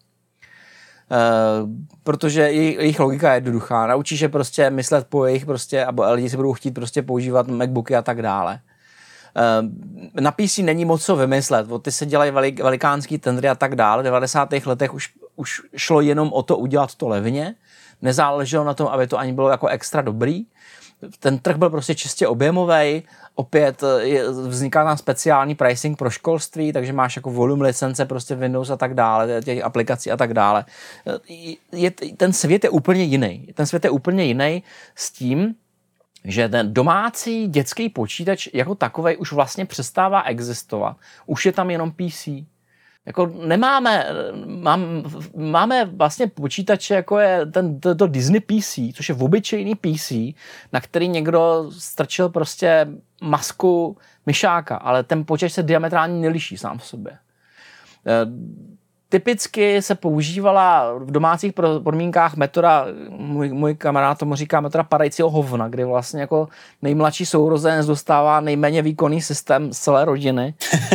Uh, protože jejich, jejich logika je jednoduchá. Naučí se prostě myslet po jejich prostě, a lidi si budou chtít prostě používat MacBooky a tak dále. Uh, na P C není moc co vymyslet. Ty se dělají velik, velikánský tendry a tak dále. V devadesátých letech už, už šlo jenom o to udělat to levně. nezáleželo na tom, aby to ani bylo jako extra dobrý. Ten trh byl prostě čistě objemový, opět je, vzniká tam speciální pricing pro školství, takže máš jako volume licence, prostě Windows a tak dále, těch aplikací a tak dále. Je, ten svět je úplně jiný. Ten svět je úplně jiný s tím, že ten domácí dětský počítač jako takovej už vlastně přestává existovat. Už je tam jenom P C. Jako nemáme, mám, máme vlastně počítače, jako je ten, to, to Disney P C, což je obyčejný P C, na který někdo strčil prostě masku myšáka, ale ten počítač se diametrálně neliší sám v sobě. Typicky se používala v domácích podmínkách metoda, můj, můj kamarád tomu říká metoda padajícího hovna, kdy vlastně jako nejmladší sourozenec dostává nejméně výkonný systém z celé rodiny.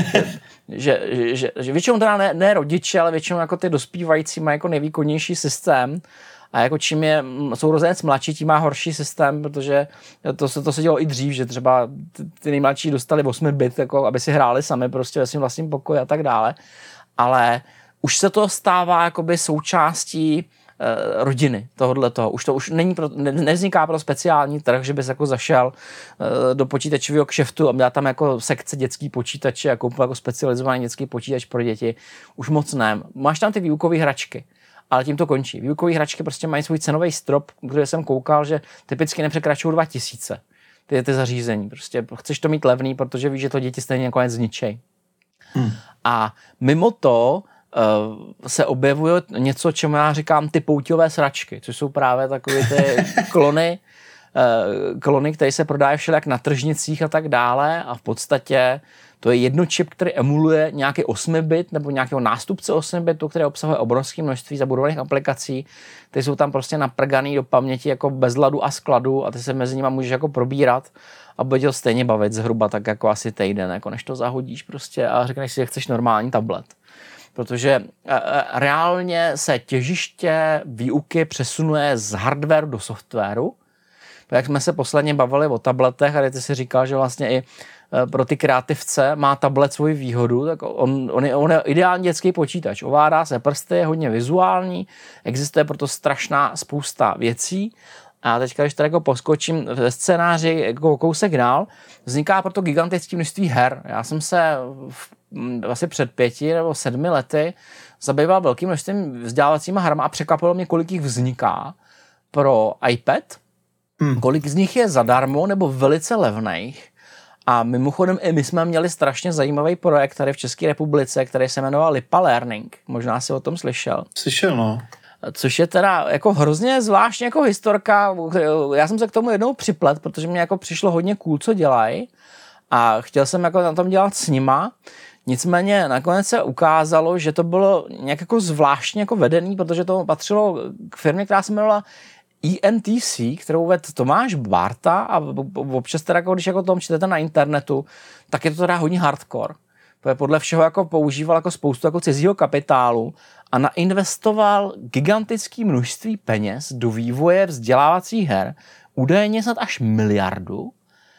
že, že, že většinou teda ne, ne rodiče, ale většinou jako ty dospívající mají jako nejvýkonnější systém a jako čím je sourozenec mladší, tím má horší systém, protože to se, to se dělo i dřív, že třeba ty nejmladší dostali osm bit, jako aby si hráli sami prostě ve svým vlastním pokoji a tak dále, ale už se to stává jakoby součástí e, rodiny tohohletoho. Už to už není pro, ne, nevzniká pro speciální trh, že bys jako zašel e, do počítačového kšeftu a měl tam jako sekce dětský počítače a koupil jako specializovaný dětský počítač pro děti. Už moc ne. Máš tam ty výukové hračky, ale tím to končí. Výukové hračky prostě mají svůj cenový strop, kde jsem koukal, že typicky nepřekračují dva tisíce. Ty, ty zařízení. Prostě chceš to mít levný, protože víš, že to děti stejně nakonec zničej. Hmm. A mimo to se objevuje něco, čemu já říkám ty pouťové sračky, což jsou právě takové ty klony, klony, které se prodávají všelijak na tržnicích a tak dále a v podstatě to je jednočip, který emuluje nějaký osm bit nebo nějakého nástupce osm bitu, který obsahuje obrovské množství zabudovaných aplikací, které jsou tam prostě naprganý do paměti jako bez ladu a skladu a ty se mezi nimi můžeš jako probírat a bude tě stejně bavit zhruba tak jako asi týden, jako než to zahodíš prostě a řekneš si, že chceš normální tablet. Protože reálně se těžiště výuky přesunuje z hardwaru do softwaru. Jak jsme se posledně bavili o tabletech, a ty si říkal, že vlastně i pro ty kreativce má tablet svoji výhodu, tak on, on, je, on je ideální dětský počítač. Ovládá se prsty, je hodně vizuální, existuje proto strašná spousta věcí. A teďka, když tady jako poskočím ve scénáři jako kousek dál, vzniká proto gigantické množství her. Já jsem se v, asi před pěti nebo sedmi lety zabýval velkým množstvím vzdělávacíma hrama a překvapilo mě, kolik jich vzniká pro iPad, hmm. kolik z nich je zadarmo nebo velice levných. A mimochodem i my jsme měli strašně zajímavý projekt tady v České republice, který se jmenoval Lipa Learning. Možná si o tom slyšel. Slyšel, no. Což je teda jako hrozně zvláštní jako historka. Já jsem se k tomu jednou připlet, protože mě jako přišlo hodně cool, co dělají a chtěl jsem jako na tom dělat s nima. Nicméně nakonec se ukázalo, že to bylo nějak jako zvláštně jako vedený, protože to patřilo k firmě, která se jmenovala E N T C, kterou vedl Tomáš Bárta a občas teda, jako, když jako tom čtete na internetu, tak je to teda hodně hardcore. Podle všeho jako používal jako spoustu jako cizího kapitálu a nainvestoval gigantické množství peněz do vývoje vzdělávacích her, údajně snad až miliardu,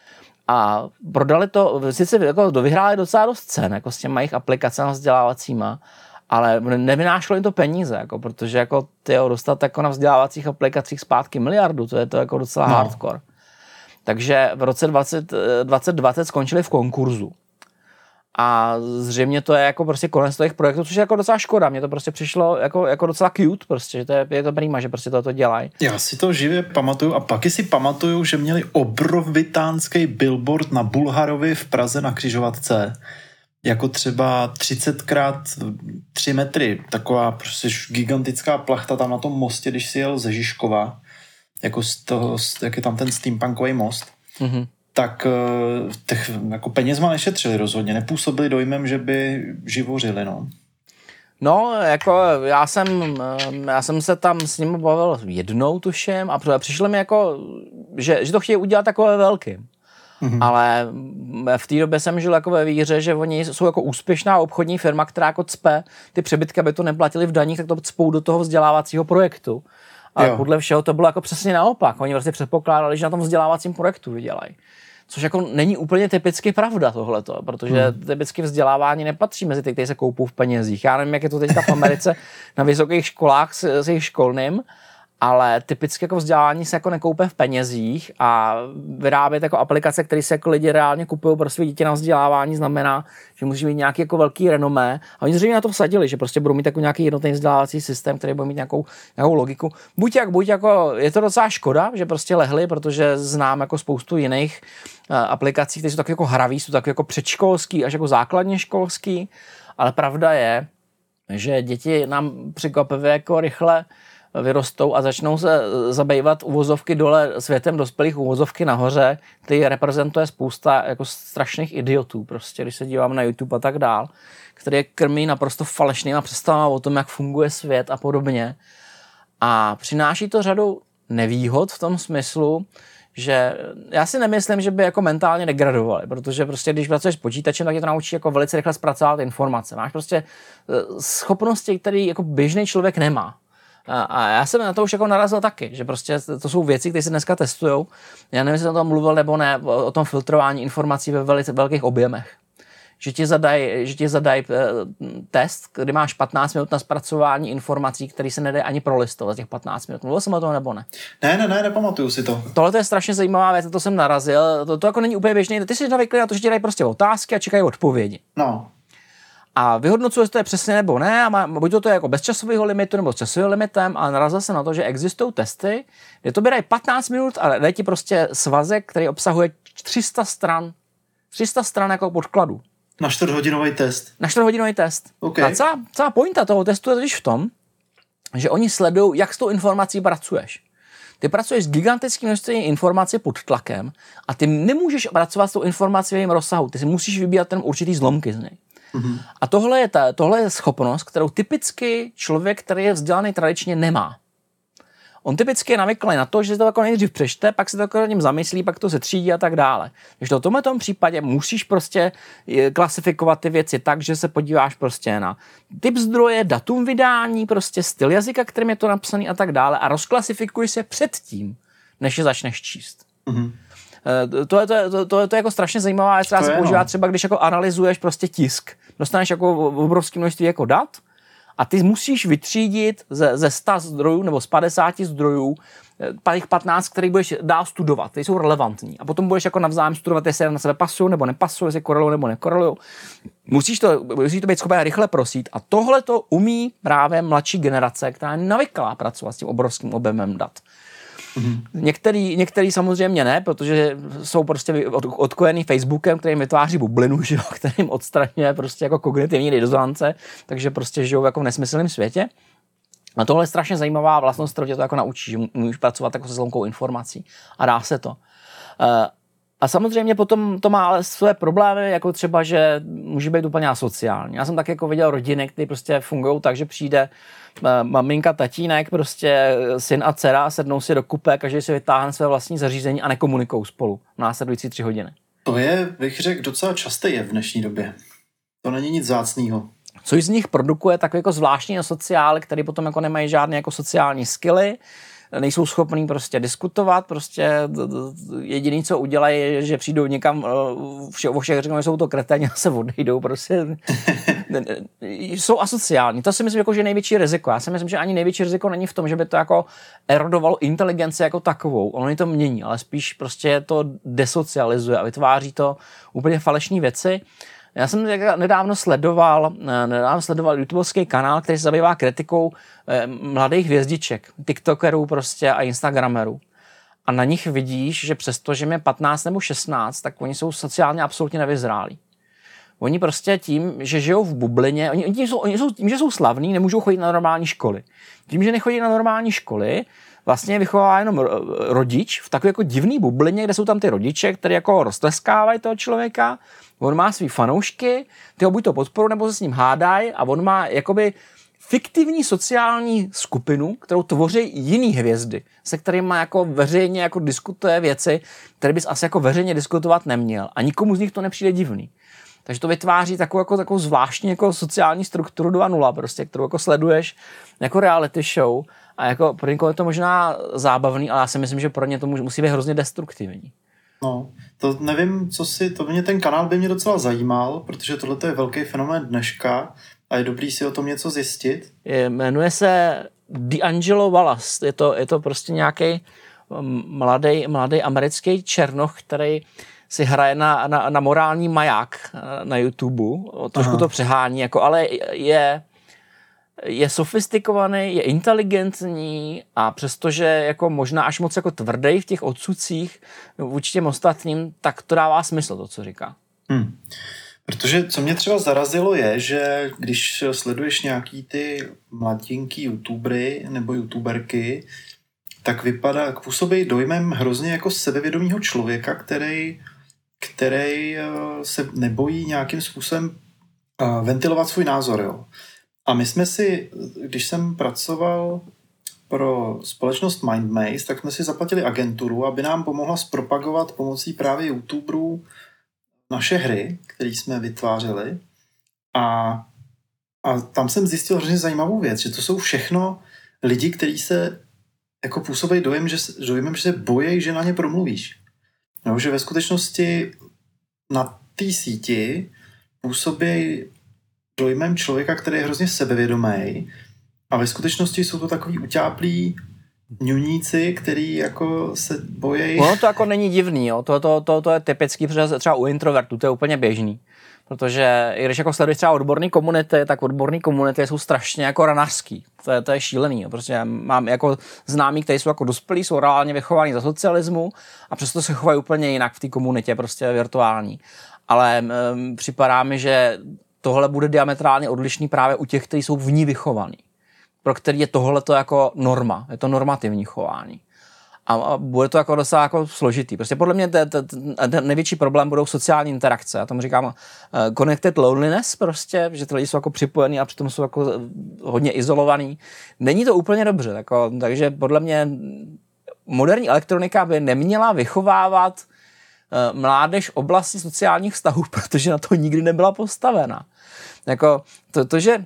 a prodali to, sice jako vyhráli docela dost cen jako s těma jejich aplikacemi vzdělávacíma, ale nevynášlo jim to peníze, jako, protože jako tyjo, dostat jako na vzdělávacích aplikacích zpátky miliardu, to je to jako docela no. hardcore. Takže v roce dvacet dvacet skončili v konkurzu. A zřejmě to je jako prostě konec těch projektů, což je jako docela škoda. Mně to prostě přišlo jako, jako docela cute, prostě, že to je, je to prýma, že prostě toto dělají. Já si to živě pamatuju a pak si pamatuju, že měli obrovitánský billboard na Bulharovi v Praze na křižovatce. Jako třeba třicet krát tři metry. Taková prostě gigantická plachta tam na tom mostě, když si jel ze Žižkova. Jako z toho, jak je tam ten steampunkový most. Mm-hmm. Tak těch jako penězma nešetřili rozhodně, nepůsobili dojmem, že by živořili, no. No, jako já jsem, já jsem se tam s ním bavil jednou, tuším, a přišlo mi jako, že, že to chtějí udělat takové velký. Mm-hmm. Ale v té době jsem žil jako ve víře, že oni jsou jako úspěšná obchodní firma, která jako cpe ty přebytky, aby to neplatili v daních, tak to cpou do toho vzdělávacího projektu. Ale jo. Podle všeho to bylo jako přesně naopak. Oni vlastně předpokládali, že na tom vzdělávacím projektu vydělají. Což jako není úplně typicky pravda tohleto, protože hmm. typicky vzdělávání nepatří mezi ty, kteří se koupou v penězích. Já nevím, jak je to teďka v Americe na vysokých školách s, s jejich školným, ale typicky jako vzdělání se jako nekoupe v penězích a vyrábět jako aplikace, které se jako lidi reálně kupují pro své dítě na vzdělávání, znamená, že musí mít nějaký jako velký renomé. A oni zřejmě na to vsadili, že prostě budou mít jako nějaký jednotný vzdělávací systém, který bude mít nějakou, nějakou logiku. Buď jak buď, jako je to docela škoda, že prostě lehli, protože znám jako spoustu jiných uh, aplikací, které jsou tak jako hraví, jsou tak jako předškolský až jako základně školský, ale pravda je, že děti nám překvapivě jako rychle vyrostou a začnou se zabývat uvozovky dole světem dospělých, uvozovky nahoře, který reprezentuje spousta jako strašných idiotů, prostě, když se dívám na YouTube a tak dál, který je krmí naprosto falešnýma představama o tom, jak funguje svět a podobně. A přináší to řadu nevýhod v tom smyslu, že já si nemyslím, že by jako mentálně degradovali, protože prostě když pracuješ s počítačem, tak tě to naučí jako velice rychle zpracovat informace. Máš prostě schopnosti, které jako běžný člověk nemá. A já jsem na to už jako narazil taky, že prostě to jsou věci, které se dneska testujou. Já nevím, jestli jsem o tom mluvil nebo ne, o tom filtrování informací ve velice velkých objemech. Že ti zadají, že ti zadají test, kdy máš patnáct minut na zpracování informací, které se nedají ani prolistovat za těch patnáct minut. Mluvil jsem o tom nebo ne? Ne, ne, ne, nepamatuju si to. Tohle je strašně zajímavá věc, to jsem narazil. To, to jako není úplně běžný. Ty jsi navyklý na to, že ti dají prostě otázky a čekají odpovědi. No. A vyhodnocuje, jestli to je přesně nebo ne, a má, buď to, to je jako bez časového limitu nebo s časovým limitem, ale narazil jsem na to, že existují testy, kde to dají patnáct minut a dají ti prostě svazek, který obsahuje tři sta stran. tři sta stran jako podkladu. Na čtvrthodinový test. Na čtvrthodinový test. Okay. A celá, celá pointa toho testu je totiž v tom, že oni sledují, jak s tou informací pracuješ. Ty pracuješ s gigantickým množstvím informací pod tlakem a ty nemůžeš pracovat s tou informací v jejím rozsahu. Ty si musíš vybírat ten určitý zlomky z něj. Mm-hmm. A tohle je, ta, tohle je schopnost, kterou typicky člověk, který je vzdělaný tradičně, nemá. On typicky je navyklý na to, že se to jako nejdřív přečte, pak se to jako nad ním zamyslí, pak to se třídí a tak dále. Takže v tomhle tom případě musíš prostě klasifikovat ty věci tak, že se podíváš prostě na typ zdroje, datum vydání, prostě styl jazyka, kterým je to napsaný a tak dále a rozklasifikuješ se předtím, než je začneš číst. Mm-hmm. To je, to, je, to, to, to je jako strašně zajímavá věc, která se používá třeba, když jako analyzuješ prostě tisk. Dostaneš jako obrovské množství jako dat a ty musíš vytřídit ze, ze sta zdrojů nebo z padesáti zdrojů těch patnáct, který budeš dál studovat, ty jsou relevantní. A potom budeš jako navzájem studovat, jestli na sebe pasují nebo nepasují, jestli korelují nebo nekorelují. Musíš to, musíš to být schopen rychle prosít. A tohle to umí právě mladší generace, která je navyklá pracovat s tím obrovským objemem dat. Mm-hmm. Některý, některý samozřejmě ne, protože jsou prostě od, odkojený Facebookem, který jim vytváří bublinu, že jo, kterým odstraňuje prostě jako kognitivní dizonance, takže prostě žijou jako v nesmyslném světě. A tohle je strašně zajímavá vlastnost, kterou tě to jako naučí, že můžeš pracovat jako se zlomkou informací a dá se to. A samozřejmě potom to má ale své problémy, jako třeba, že může být úplně asociální. Já jsem tak jako viděl rodiny, které prostě fungují tak, že přijde maminka, tatínek, prostě syn a dcera, sednou si do kupé, každý si vytáhne své vlastní zařízení a nekomunikují spolu v následující tři hodiny. To je, bych řekl, docela časté je v dnešní době. To není nic vzácného. Což z nich produkuje takový jako zvláštní asociály, který potom jako nemají žádné jako sociální skilly, nejsou schopní prostě diskutovat, prostě jediný, co udělají, je, že přijdou někam, vše, o všech řeknou, že jsou to kreténi a se odejdou, prostě jsou asociální. To si myslím, jako, že je největší riziko. Já si myslím, že ani největší riziko není v tom, že by to jako erodovalo inteligenci jako takovou. Ono to mění, ale spíš prostě to desocializuje a vytváří to úplně falešné věci. Já jsem nedávno sledoval, nedávno sledoval YouTubeovský kanál, který se zabývá kritikou eh, mladých hvězdiček, tiktokerů prostě a instagramerů. A na nich vidíš, že přesto, že je patnáct nebo šestnáct, tak oni jsou sociálně absolutně nevyzrálí. Oni prostě tím, že žijou v bublině, oni, oni, jsou, oni jsou tím, že jsou slavní, nemůžou chodit na normální školy. Tím, že nechodí na normální školy, vlastně vychovává jenom rodič v takové jako divný bublině, kde jsou tam ty rodiče, které jako roztleskávají toho člověka. On má svý fanoušky, ty ho buď to podporu, nebo se s ním hádají a on má jakoby fiktivní sociální skupinu, kterou tvoří jiný hvězdy, se kterými jako veřejně jako diskutuje věci, které bys asi jako veřejně diskutovat neměl. A nikomu z nich to nepřijde divný. Takže to vytváří takovou, jako, takovou zvláštní jako sociální strukturu dva nula, prostě, kterou jako sleduješ jako reality show. A jako pro někoho je to možná zábavný, ale já si myslím, že pro ně to musí být hrozně destruktivní. No, to nevím, co si, to mě ten kanál by mě docela zajímal, protože tohle je velký fenomén dneška a je dobrý si o tom něco zjistit. Je, jmenuje se D'Angelo Wallace. Je to, je to prostě nějaký mladý, mladý americký černoch, který si hraje na, na, na morální maják na YouTube. Trošku Aha. to přehání, jako, ale je, je sofistikovaný, je inteligentní a přestože jako možná až moc jako tvrdý v těch odsudcích vůči těm ostatním, tak to dává smysl, to, co říká. Hmm. Protože co mě třeba zarazilo je, že když sleduješ nějaký ty mladinký youtubery nebo youtuberky, tak vypadá, působí dojmem hrozně jako sebevědomého člověka, který, který se nebojí nějakým způsobem ventilovat svůj názor. Jo. A my jsme si, když jsem pracoval pro společnost Mindmaze, tak jsme si zaplatili agenturu, aby nám pomohla zpropagovat pomocí právě youtuberů naše hry, které jsme vytvářeli. A, a tam jsem zjistil hrozně zajímavou věc, že to jsou všechno lidi, kteří se jako působí dojem, že, dojmem, že se bojí, že na ně promluvíš. No, že ve skutečnosti na té síti působí dojmem člověka, který je hrozně sebevědomý a ve skutečnosti jsou to takový utáplí ňuníci, který jako se bojí. No to jako není divný, jo. To, to, to, to je typický, protože třeba u introvertů to je úplně běžný. Protože i když jako sleduješ třeba odborný komunity, tak odborný komunity jsou strašně jako ranařský. To je, to je šílený. Jo. Prostě mám jako známí, kteří jsou jako dospělí, jsou reálně vychovaní za socialismu a přesto se chovají úplně jinak v té komunitě, prostě virtuální. Ale um, připadá mi, že tohle bude diametrálně odlišný právě u těch, kteří jsou v ní vychovaní. Pro který je tohleto jako norma, je to normativní chování. A, a bude to jako docela jako složitý. Prostě podle mě ten největší problém budou sociální interakce. Já tomu říkám uh, connected loneliness prostě, že ty lidi jsou jako připojení a přitom jsou jako hodně izolovaný. Není to úplně dobře, jako, takže podle mě moderní elektronika by neměla vychovávat uh, mládež v oblasti sociálních vztahů, protože na to nikdy nebyla postavena. Jako to, to že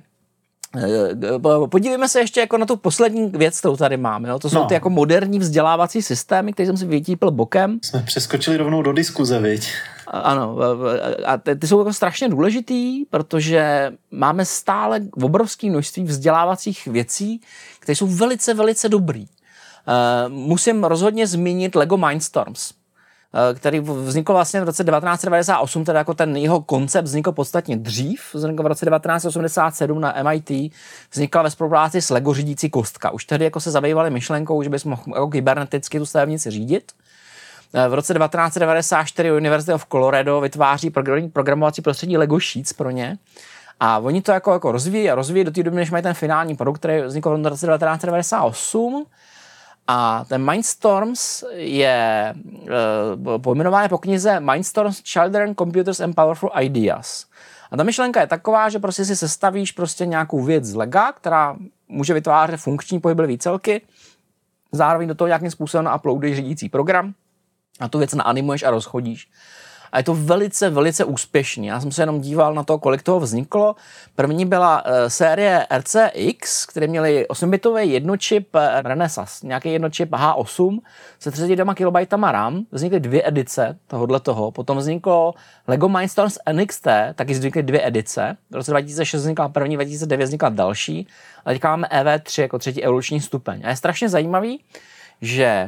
podívejme se ještě jako na tu poslední věc, kterou tady máme. Jo? To jsou no. ty jako moderní vzdělávací systémy, které jsem si vytípil bokem. Jsme přeskočili rovnou do diskuze, viď? Ano. A ty jsou jako strašně důležitý, protože máme stále obrovské množství vzdělávacích věcí, které jsou velice, velice dobrý. Musím rozhodně zmínit Lego Mindstorms, který vznikl vlastně v roce devatenáct set devadesát osm, teda jako ten jeho koncept vznikl podstatně dřív, vznikl v roce devatenáct set osmdesát sedm na M I T, vznikla ve spolupráci s Lego řídící kostka. Už tehdy jako se zabývali myšlenkou, že bys mohl jako kyberneticky tu stavebnici řídit. V roce devatenáct set devadesát čtyři University of Colorado vytváří programovací prostředí Lego Sheets pro ně. A oni to jako, jako rozvíjí a rozvíjí do té doby, než mají ten finální produkt, který vznikl v roce devatenáct set devadesát osm. A ten Mindstorms je uh, pojmenovaný po knize Mindstorms, Children, Computers and Powerful Ideas. A ta myšlenka je taková, že prostě si sestavíš prostě nějakou věc z Lega, která může vytvářet funkční pohyblivé celky, zároveň do toho nějakým způsobem uploaduješ řídící program a tu věc naanimuješ a rozchodíš. A je to velice, velice úspěšný. Já jsem se jenom díval na to, kolik toho vzniklo. První byla uh, série R C X, které měly osmibitový jednočip Renesas, nějaký jednočip H osm se třiceti dvěma kilobajtama RAM. Vznikly dvě edice tohohle toho. Potom vzniklo Lego Mindstorms N X T, taky vznikly dvě edice. V roce dva tisíce šest vznikla první, dva tisíce devět vznikla další. A teďka máme E V tři jako třetí evoluční stupeň. A je strašně zajímavý, že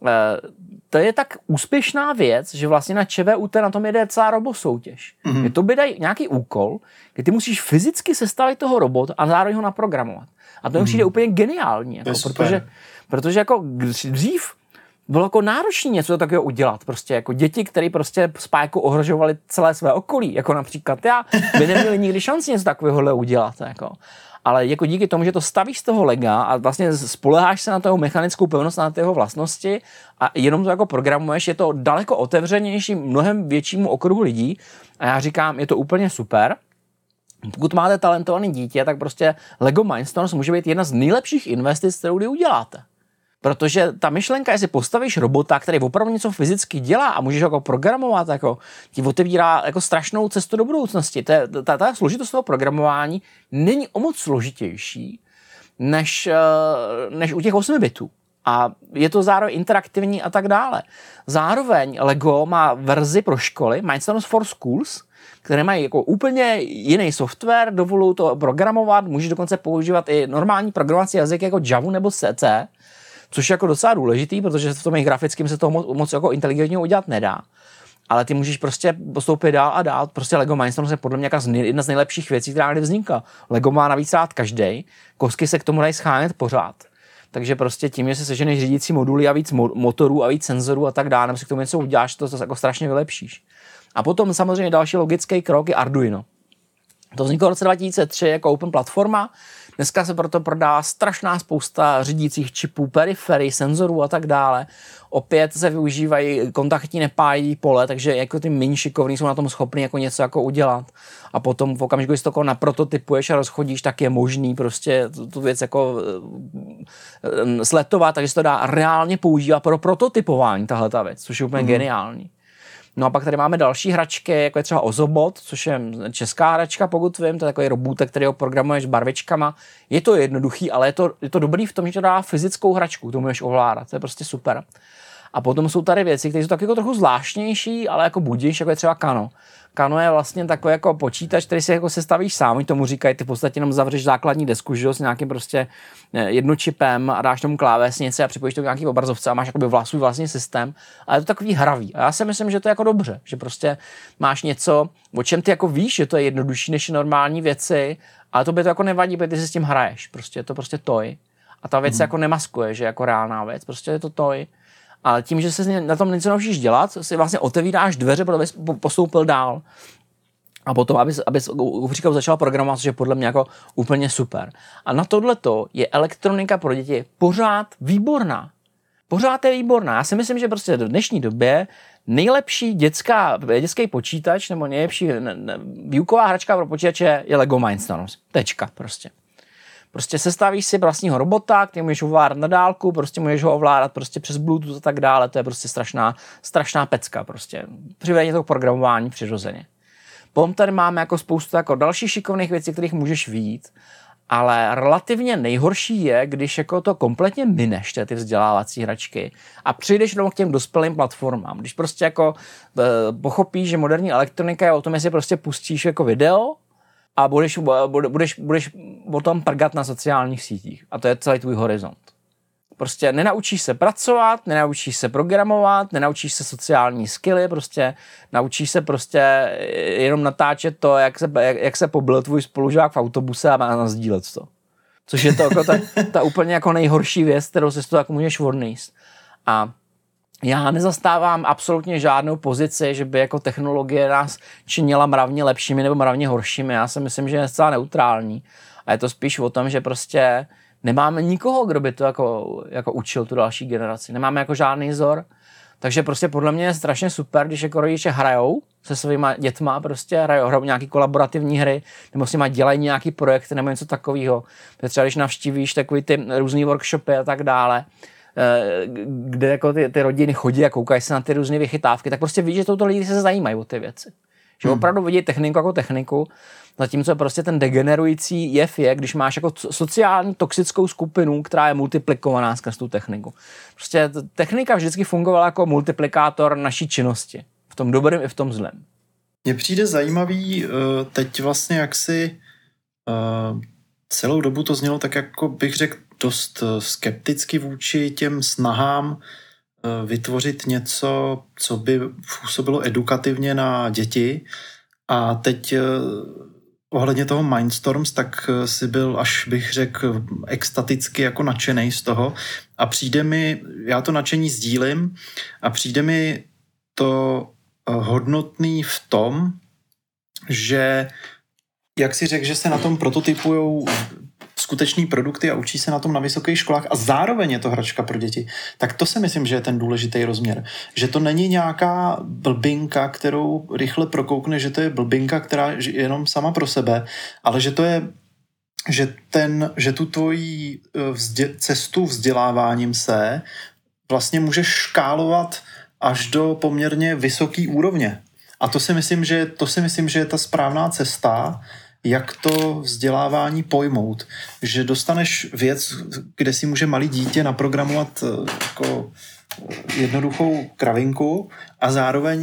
to je tak úspěšná věc, že vlastně na ČVUT na tom jede celá robosoutěž. Mm-hmm. Je to by dají nějaký úkol, kdy ty musíš fyzicky sestavit toho robota a zároveň ho naprogramovat. A to mi mm-hmm. přijde úplně geniální. Jako, protože, protože jako dřív bylo jako náročné něco takového udělat. Prostě jako děti, které prostě spájku ohrožovaly celé své okolí, jako například já, by neměli nikdy šanci něco takového udělat. Jako. Ale jako díky tomu, že to stavíš z toho lega a vlastně spoleháš se na toho mechanickou pevnost, na jeho vlastnosti a jenom to jako programuješ, je to daleko otevřenější mnohem většímu okruhu lidí a já říkám, je to úplně super. Pokud máte talentované dítě, tak prostě Lego Mindstorms může být jedna z nejlepších investic, kterou kdy uděláte. Protože ta myšlenka, jestli postavíš robota, který opravdu něco fyzicky dělá a můžeš jako programovat, jako ti otevírá jako strašnou cestu do budoucnosti. Ta, ta, ta složitost toho programování není o moc složitější než, než u těch osmi bitů. A je to zároveň interaktivní a tak dále. Zároveň Lego má verzi pro školy, Mindstorms for Schools, které mají jako úplně jiný software, dovolují to programovat, můžeš dokonce používat i normální programovací jazyk jako Java nebo C C, což je jako docela důležitý, protože v tom jejich grafickém se toho moc, moc jako inteligentně udělat nedá. Ale ty můžeš prostě postoupit dál a dál. Prostě Lego Mindstorms je podle mě jedna z nejlepších věcí, která kdy vznikla. Lego má navíc rád každý, kostky se k tomu dají schánět pořád. Takže prostě tím, že se seženeš řídící moduly a víc motorů a víc senzorů a tak dále, nebo si k tomu něco uděláš, to, to jako strašně vylepšíš. A potom samozřejmě další logický krok je Arduino. To vzniklo v roce dva tisíce tři jako open platforma. Dneska se proto prodá strašná spousta řídících čipů, periferií, senzorů a tak dále. Opět se využívají kontaktní nepájí pole, takže jako ty méně šikovní jsou na tom schopní jako něco jako udělat. A potom v okamžiku, když to jako naprototypuješ a rozchodíš, tak je možný prostě tu, tu věc jako uh, sletovat, takže se to dá reálně používat pro prototypování, tahle ta věc, což je úplně mm. geniální. No a pak tady máme další hračky, jako je třeba Ozobot, což je česká hračka, pokud vím, to je takový robůtek, který ho programuješ barvičkama. Je to jednoduchý, ale je to, je to dobrý v tom, že to dá fyzickou hračku, to můžeš ovládat, to je prostě super. A potom jsou tady věci, které jsou tak jako trochu zvláštnější, ale jako budíš, jako je třeba Kano. Kano je vlastně takový jako počítač, který si jako sestavíš sám, oni tomu říkají, ty v podstatě jenom zavřeš základní desku, že jo, s nějakým prostě jednočipem a dáš tomu klávesnici a připojíš to k nějaký obrazovce a máš jakoby svůj vlastní systém, ale je to takový hravý. A já si myslím, že to je jako dobře, že prostě máš něco, o čem ty jako víš, že to je jednodušší než normální věci, ale to by to jako nevadí, protože ty si s tím hraješ, prostě je to prostě toj. A ta věc hmm. se jako nemaskuje, že jako reálná věc, prostě je to toj. Ale tím, že se na tom něco naučíš dělat, si vlastně otevíráš dveře, protože abys postoupil dál. A potom, abys, abys říkal, začal programovat, což je podle mě jako úplně super. A na tohleto je elektronika pro děti pořád výborná. Pořád je výborná. Já si myslím, že prostě v dnešní době nejlepší dětská, dětský počítač nebo nejlepší ne, ne, výuková hračka pro počítače je Lego Mindstorms. Tečka prostě. Prostě sestavíš si vlastního robota, který můžeš ovládat na dálku, prostě můžeš ho ovládat prostě přes Bluetooth a tak dále, to je prostě strašná, strašná pecka prostě. Přivedení toho programování přirozeně. Potom tady máme jako spoustu jako dalších šikovných věcí, kterých můžeš vyjít, ale relativně nejhorší je, když jako to kompletně mineš, ty vzdělávací hračky a přijdeš jenom k těm dospělým platformám. Když prostě jako e, pochopíš, že moderní elektronika je o tom, jestli prostě pustíš jako video, a budeš, budeš, budeš o tom prgat na sociálních sítích. A to je celý tvůj horizont. Prostě nenaučíš se pracovat, nenaučíš se programovat, nenaučíš se sociální skilly, prostě naučíš se prostě jenom natáčet to, jak se, jak, jak se pobil tvůj spolužák v autobuse a nazdílet to. Což je to jako ta, ta úplně jako nejhorší věc, kterou si z toho jako můžeš odnést. A já nezastávám absolutně žádnou pozici, že by jako technologie nás činila mravně lepšími nebo mravně horšími. Já si myslím, že je zcela neutrální. A je to spíš o tom, že prostě nemáme nikoho, kdo by to jako, jako učil tu další generaci. Nemáme jako žádný vzor. Takže prostě podle mě je strašně super, když jako rodiče hrajou se svýma dětma, prostě hrajou, hrajou nějaký kolaborativní hry, nebo s nima dělají nějaký projekt nebo něco takového. Třeba když navštívíš takový ty různý workshopy a tak dále, kde jako ty, ty rodiny chodí a koukají se na ty různé vychytávky, tak prostě vidíš, že touto lidi se zajímají o ty věci. Že hmm. opravdu vidí techniku jako techniku, zatímco prostě ten degenerující jev je, když máš jako sociální toxickou skupinu, která je multiplikovaná skrz tu techniku. Prostě technika vždycky fungovala jako multiplikátor naší činnosti. V tom dobrém i v tom zlém. Mně přijde zajímavý teď vlastně, jak si celou dobu to znělo tak, jako bych řekl, dost skepticky vůči těm snahám vytvořit něco, co by působilo edukativně na děti. A teď ohledně toho Mindstorms, tak si byl, až bych řekl, extaticky jako nadšenej z toho. A přijde mi, já to nadšení sdílím, a přijde mi to hodnotný v tom, že jak si řekl, že se na tom prototypujou skutečný produkty a učí se na tom na vysokých školách a zároveň je to hračka pro děti, tak to si myslím, že je ten důležitý rozměr. Že to není nějaká blbinka, kterou rychle prokoukne, že to je blbinka, která je jenom sama pro sebe, ale že to je, že, ten, že tu tvoji vzdě, cestu vzděláváním se vlastně můžeš škálovat až do poměrně vysoký úrovně. A to si myslím, že, to si myslím, že je ta správná cesta, jak to vzdělávání pojmout. Že dostaneš věc, kde si může malý dítě naprogramovat jako jednoduchou kravinku a zároveň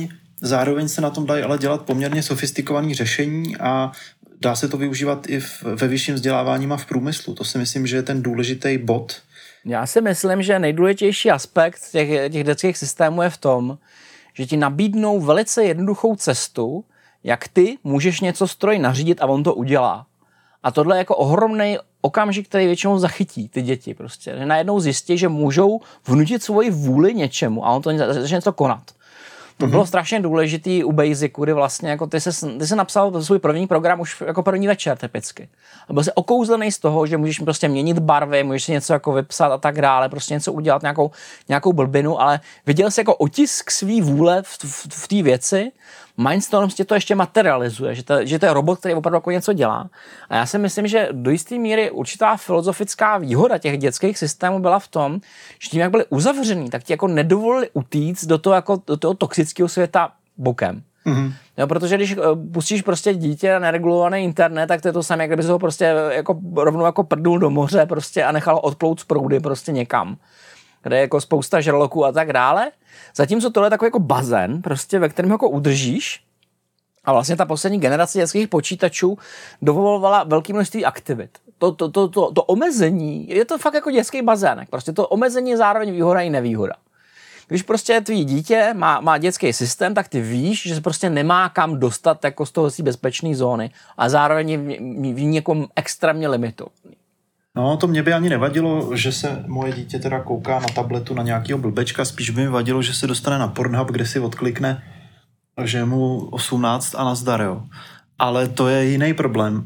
zároveň se na tom dají ale dělat poměrně sofistikované řešení a dá se to využívat i v, ve vyšším vzdělávání a v průmyslu. To si myslím, že je ten důležitý bod. Já si myslím, že nejdůležitější aspekt těch, těch dětských systémů je v tom, že ti nabídnou velice jednoduchou cestu, jak ty můžeš něco stroji nařídit a on to udělá. A tohle je jako ohromný okamžik, který většinou zachytí ty děti prostě. Že najednou zjistí, že můžou vnutit svoji vůli něčemu a on to začne něco konat. To bylo strašně důležitý u Basicu, kdy vlastně jako ty se ty se napsal svůj první program už jako první večer typicky. A byl jsi okouzlený z toho, že můžeš prostě měnit barvy, můžeš si něco jako vypsat a tak dále, prostě něco udělat, nějakou, nějakou blbinu, ale viděl jsi jako otisk svý vůle v, v, v té věci. Mindstorm tě to ještě materializuje, že to, že to je robot, který opravdu jako něco dělá. A já si myslím, že do jisté míry určitá filozofická výhoda těch dětských systémů byla v tom, že tím, jak byly uzavřený, tak ti jako nedovolili utíct do toho, jako, do toho toxického světa bokem. Mm-hmm. Jo, protože když pustíš prostě dítě na neregulovaný internet, tak to je to samé, jak kdyby se ho prostě jako rovnou jako prdnul do moře prostě a nechal odplout z proudy prostě někam, kde je jako spousta žraloků a tak dále. Zatímco tohle je takový jako bazén, prostě, ve kterém jako udržíš. A vlastně ta poslední generace dětských počítačů dovolovala velké množství aktivit. To, to, to, to, to omezení, je to fakt jako dětský bazének. Prostě to omezení je zároveň výhoda i nevýhoda. Když prostě tvý dítě má, má dětský systém, tak ty víš, že se prostě nemá kam dostat jako z toho bezpečné zóny a zároveň je v někom extrémně limitu. No, to mě by ani nevadilo, že se moje dítě teda kouká na tabletu na nějakýho blbečka, spíš by mi vadilo, že se dostane na Pornhub, kde si odklikne, že je mu osmnáct a nazdar, jo. Ale to je jiný problém.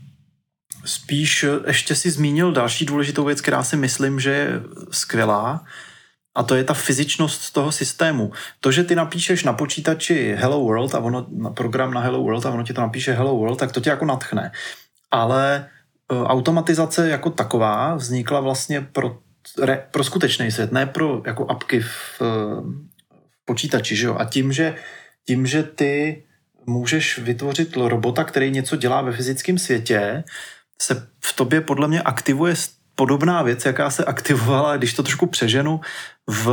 Spíš ještě si zmínil další důležitou věc, která si myslím, že je skvělá, a to je ta fyzičnost toho systému. To, že ty napíšeš na počítači Hello World a ono, program na Hello World a ono ti to napíše Hello World, tak to tě jako nadchne. Ale automatizace jako taková vznikla vlastně pro, re, pro skutečný svět, ne pro jako apky v, v počítači, že jo? A tím že, tím, že ty můžeš vytvořit robota, který něco dělá ve fyzickém světě, se v tobě podle mě aktivuje podobná věc, jaká se aktivovala, když to trošku přeženu, v,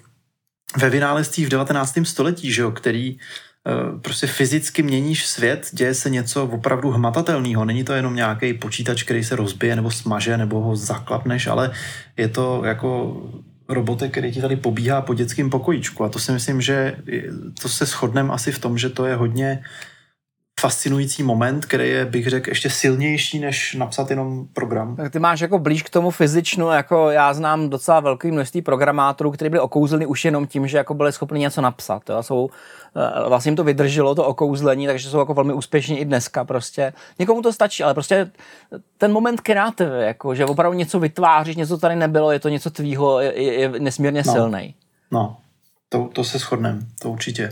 ve vynálezcích v devatenáctém století, že jo? Který prostě fyzicky měníš svět, děje se něco opravdu hmatatelného. Není to jenom nějaký počítač, který se rozbije nebo smaže nebo ho zaklapneš, ale je to jako robotek, který ti tady pobíhá po dětském pokojíčku. A to si myslím, že to se shodneme asi v tom, že to je hodně fascinující moment, který je, bych řekl, ještě silnější, než napsat jenom program. Tak ty máš jako blíž k tomu fyzičnu, jako já znám docela velké množství programátorů, kteří byli okouzleni už jenom tím, že jako byli schopni něco napsat. Jo. Jsou, vlastně jim to vydrželo, to okouzlení, takže jsou jako velmi úspěšní i dneska prostě. Někomu to stačí, ale prostě ten moment kreativy, jako, že opravdu něco vytváříš, něco tady nebylo, je to něco tvýho, je, je nesmírně no. silnej. No, to, to se shodneme, to určitě.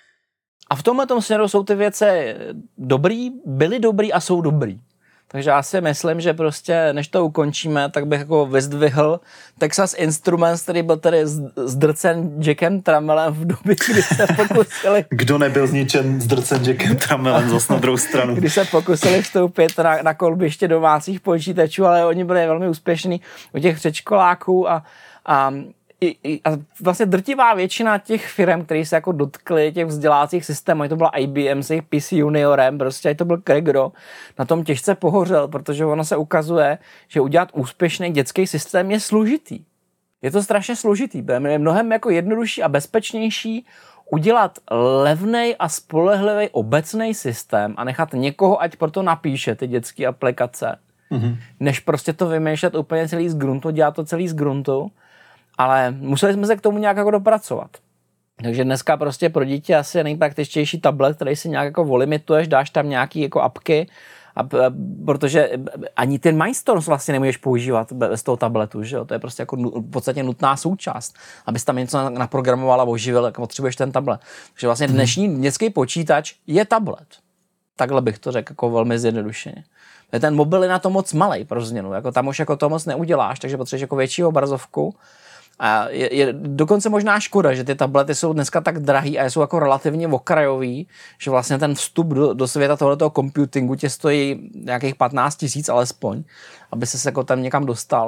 A v tomhle tom směru jsou ty věci dobrý, byly dobrý a jsou dobrý. Takže já si myslím, že prostě, než to ukončíme, tak bych jako vyzdvihl Texas Instruments, který byl tady zdrcen Jackem Tramelem v době, kdy se pokusili... Kdo nebyl zničen zdrcen Jackem Tramelem zase na druhou stranu. Když se pokusili vstoupit na, na kolbiště domácích počítačů, ale oni byli velmi úspěšní u těch předškoláků a, a I, i, a vlastně drtivá většina těch firm, které se jako dotkly těch vzdělávacích systémů, to byla I B M s jejich P C Juniorem, prostě to byl Kregro, na tom těžce pohořel, protože ono se ukazuje, že udělat úspěšný dětský systém je složitý. Je to strašně složitý, je mnohem jako jednodušší a bezpečnější udělat levnej a spolehlivý obecný systém a nechat někoho, ať proto napíše ty dětské aplikace, mm-hmm. než prostě to vymýšlet úplně celý z gruntu, dělat to celý z gruntu. Ale museli jsme se k tomu nějak jako dopracovat. Takže dneska prostě pro dítě asi je nejpraktičtější tablet, který si nějak jako volimituješ, dáš tam nějaký jako apky, a, a, protože ani ten Mindstorms vlastně nemůžeš používat bez toho tabletu, že jo? To je prostě jako v podstatě nutná součást. Abys tam něco naprogramoval a oživil, jak potřebuješ ten tablet. Takže vlastně dnešní dětský počítač je tablet. Takhle bych to řekl jako velmi zjednodušeně. Ten mobil je na to moc malej pro změnu, jako tam už jako to moc neuděláš, takže potřebuješ jako větší obrazovku. A je, je dokonce možná škoda, že ty tablety jsou dneska tak drahý a jsou jako relativně okrajový, že vlastně ten vstup do, do světa tohoto computingu tě stojí nějakých patnáct tisíc alespoň, aby ses jako tam někam dostal.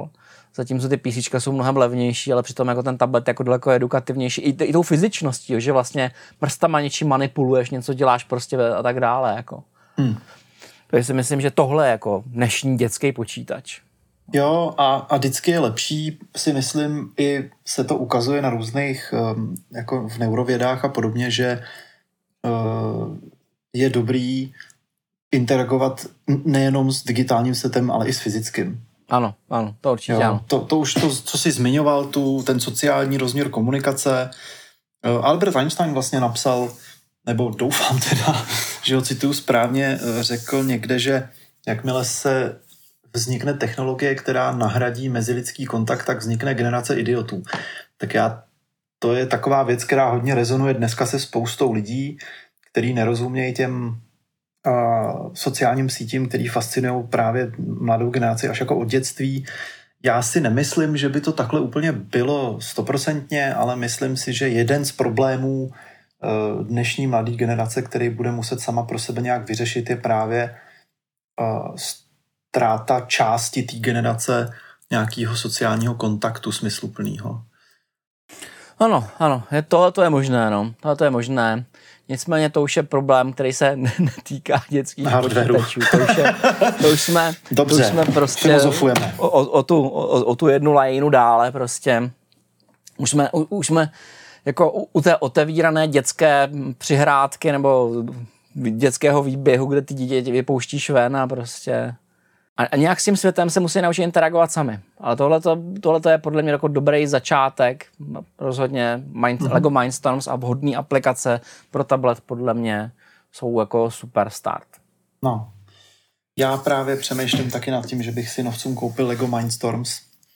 zatímco ty PCčka jsou mnohem levnější, ale přitom jako ten tablet jako daleko edukativnější. I, i tou fyzičností, že vlastně prstama něčím manipuluješ, něco děláš prostě a tak dále. Jako. Hmm. Takže si myslím, že tohle je jako dnešní dětský počítač. Jo, a, a vždycky je lepší, si myslím, i se to ukazuje na různých, um, jako v neurovědách a podobně, že uh, je dobrý interagovat nejenom s digitálním světem, ale i s fyzickým. Ano, ano, to určitě jo, ano. To, to už to, co jsi zmiňoval, tu, ten sociální rozměr komunikace. Uh, Albert Einstein vlastně napsal, nebo doufám teda, že ho cituju správně, řekl někde, že jakmile se vznikne technologie, která nahradí mezilidský kontakt, tak vznikne generace idiotů. Tak já, to je taková věc, která hodně rezonuje dneska se spoustou lidí, který nerozumějí těm uh, sociálním sítím, který fascinují právě mladou generaci až jako od dětství. Já si nemyslím, že by to takhle úplně bylo stoprocentně, ale myslím si, že jeden z problémů uh, dnešní mladé generace, který bude muset sama pro sebe nějak vyřešit, je právě uh, ztráta části té generace nějakého sociálního kontaktu smysluplného. Ano, ano, je tohle to je možné, no. Tohle to je možné. Nicméně to už je problém, který se netýká dětských počítačů. To už, je, to už jsme, Dobře, to už jsme prostě filozofujeme. O, o, o, tu, o, o tu jednu lajinu dále prostě. Už jsme, u, už jsme jako u, u té otevírané dětské přihrádky nebo dětského výběhu, kde ty dítě vypouštíš ven a prostě... A nějak s tím světem se musí naučit interagovat sami. Ale tohle je podle mě jako dobrý začátek. Rozhodně Mind, mm-hmm. Lego Mindstorms a vhodné aplikace pro tablet podle mě jsou jako super start. No, já právě přemýšlím taky nad tím, že bych si novcům koupil Lego Mindstorms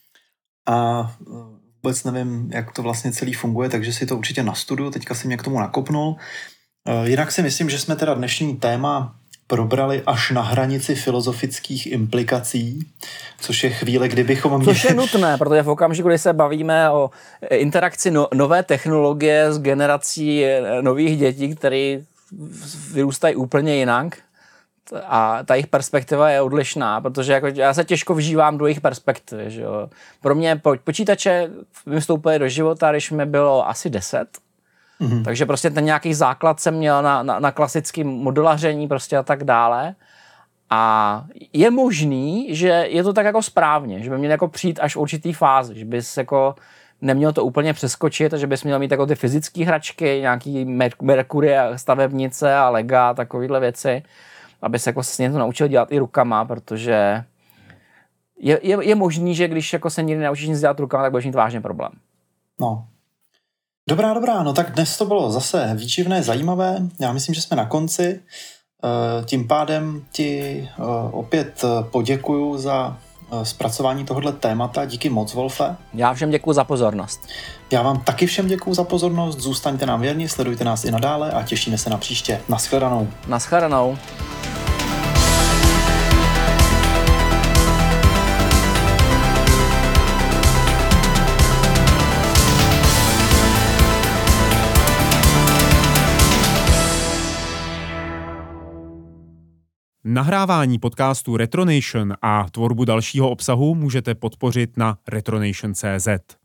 a vůbec nevím, jak to vlastně celý funguje, takže si to určitě nastuduju. Teďka si mě k tomu nakopnul. Jinak si myslím, že jsme teda dnešní téma probrali až na hranici filozofických implikací, což je chvíle, kdybychom měli... Což je nutné, protože v okamžiku, kdy se bavíme o interakci no, nové technologie s generací nových dětí, které vyrůstají úplně jinak a ta jejich perspektiva je odlišná, protože jako já se těžko vžívám do jejich perspektivy. Že jo. Pro mě počítače vstoupily do života, když mi bylo asi deset. Mm-hmm. Takže prostě ten nějaký základ jsem měl na, na, na klasickém modelaření prostě a tak dále. A je možný, že je to tak jako správně, že by měl jako přijít až v určitý fázi, že bys jako neměl to úplně přeskočit a že bys měl mít jako ty fyzické hračky, nějaký Mercury, stavebnice a Lega a takovýhle věci, aby se jako se něco naučil dělat i rukama, protože je, je, je možný, že když jako se nikdy naučíš nic dělat rukama, tak budeš mít vážně problém. No. Dobrá, dobrá, no tak dnes to bylo zase výživné, zajímavé. Já myslím, že jsme na konci. Tím pádem ti opět poděkuju za zpracování tohoto témata. Díky moc, Wolfe. Já všem děkuju za pozornost. Já vám taky všem děkuju za pozornost. Zůstaňte nám věrni, sledujte nás i nadále a těšíme se na příště. Naschledanou. Naschledanou. Nahrávání podcastu Retronation a tvorbu dalšího obsahu můžete podpořit na retronation tečka cé zet.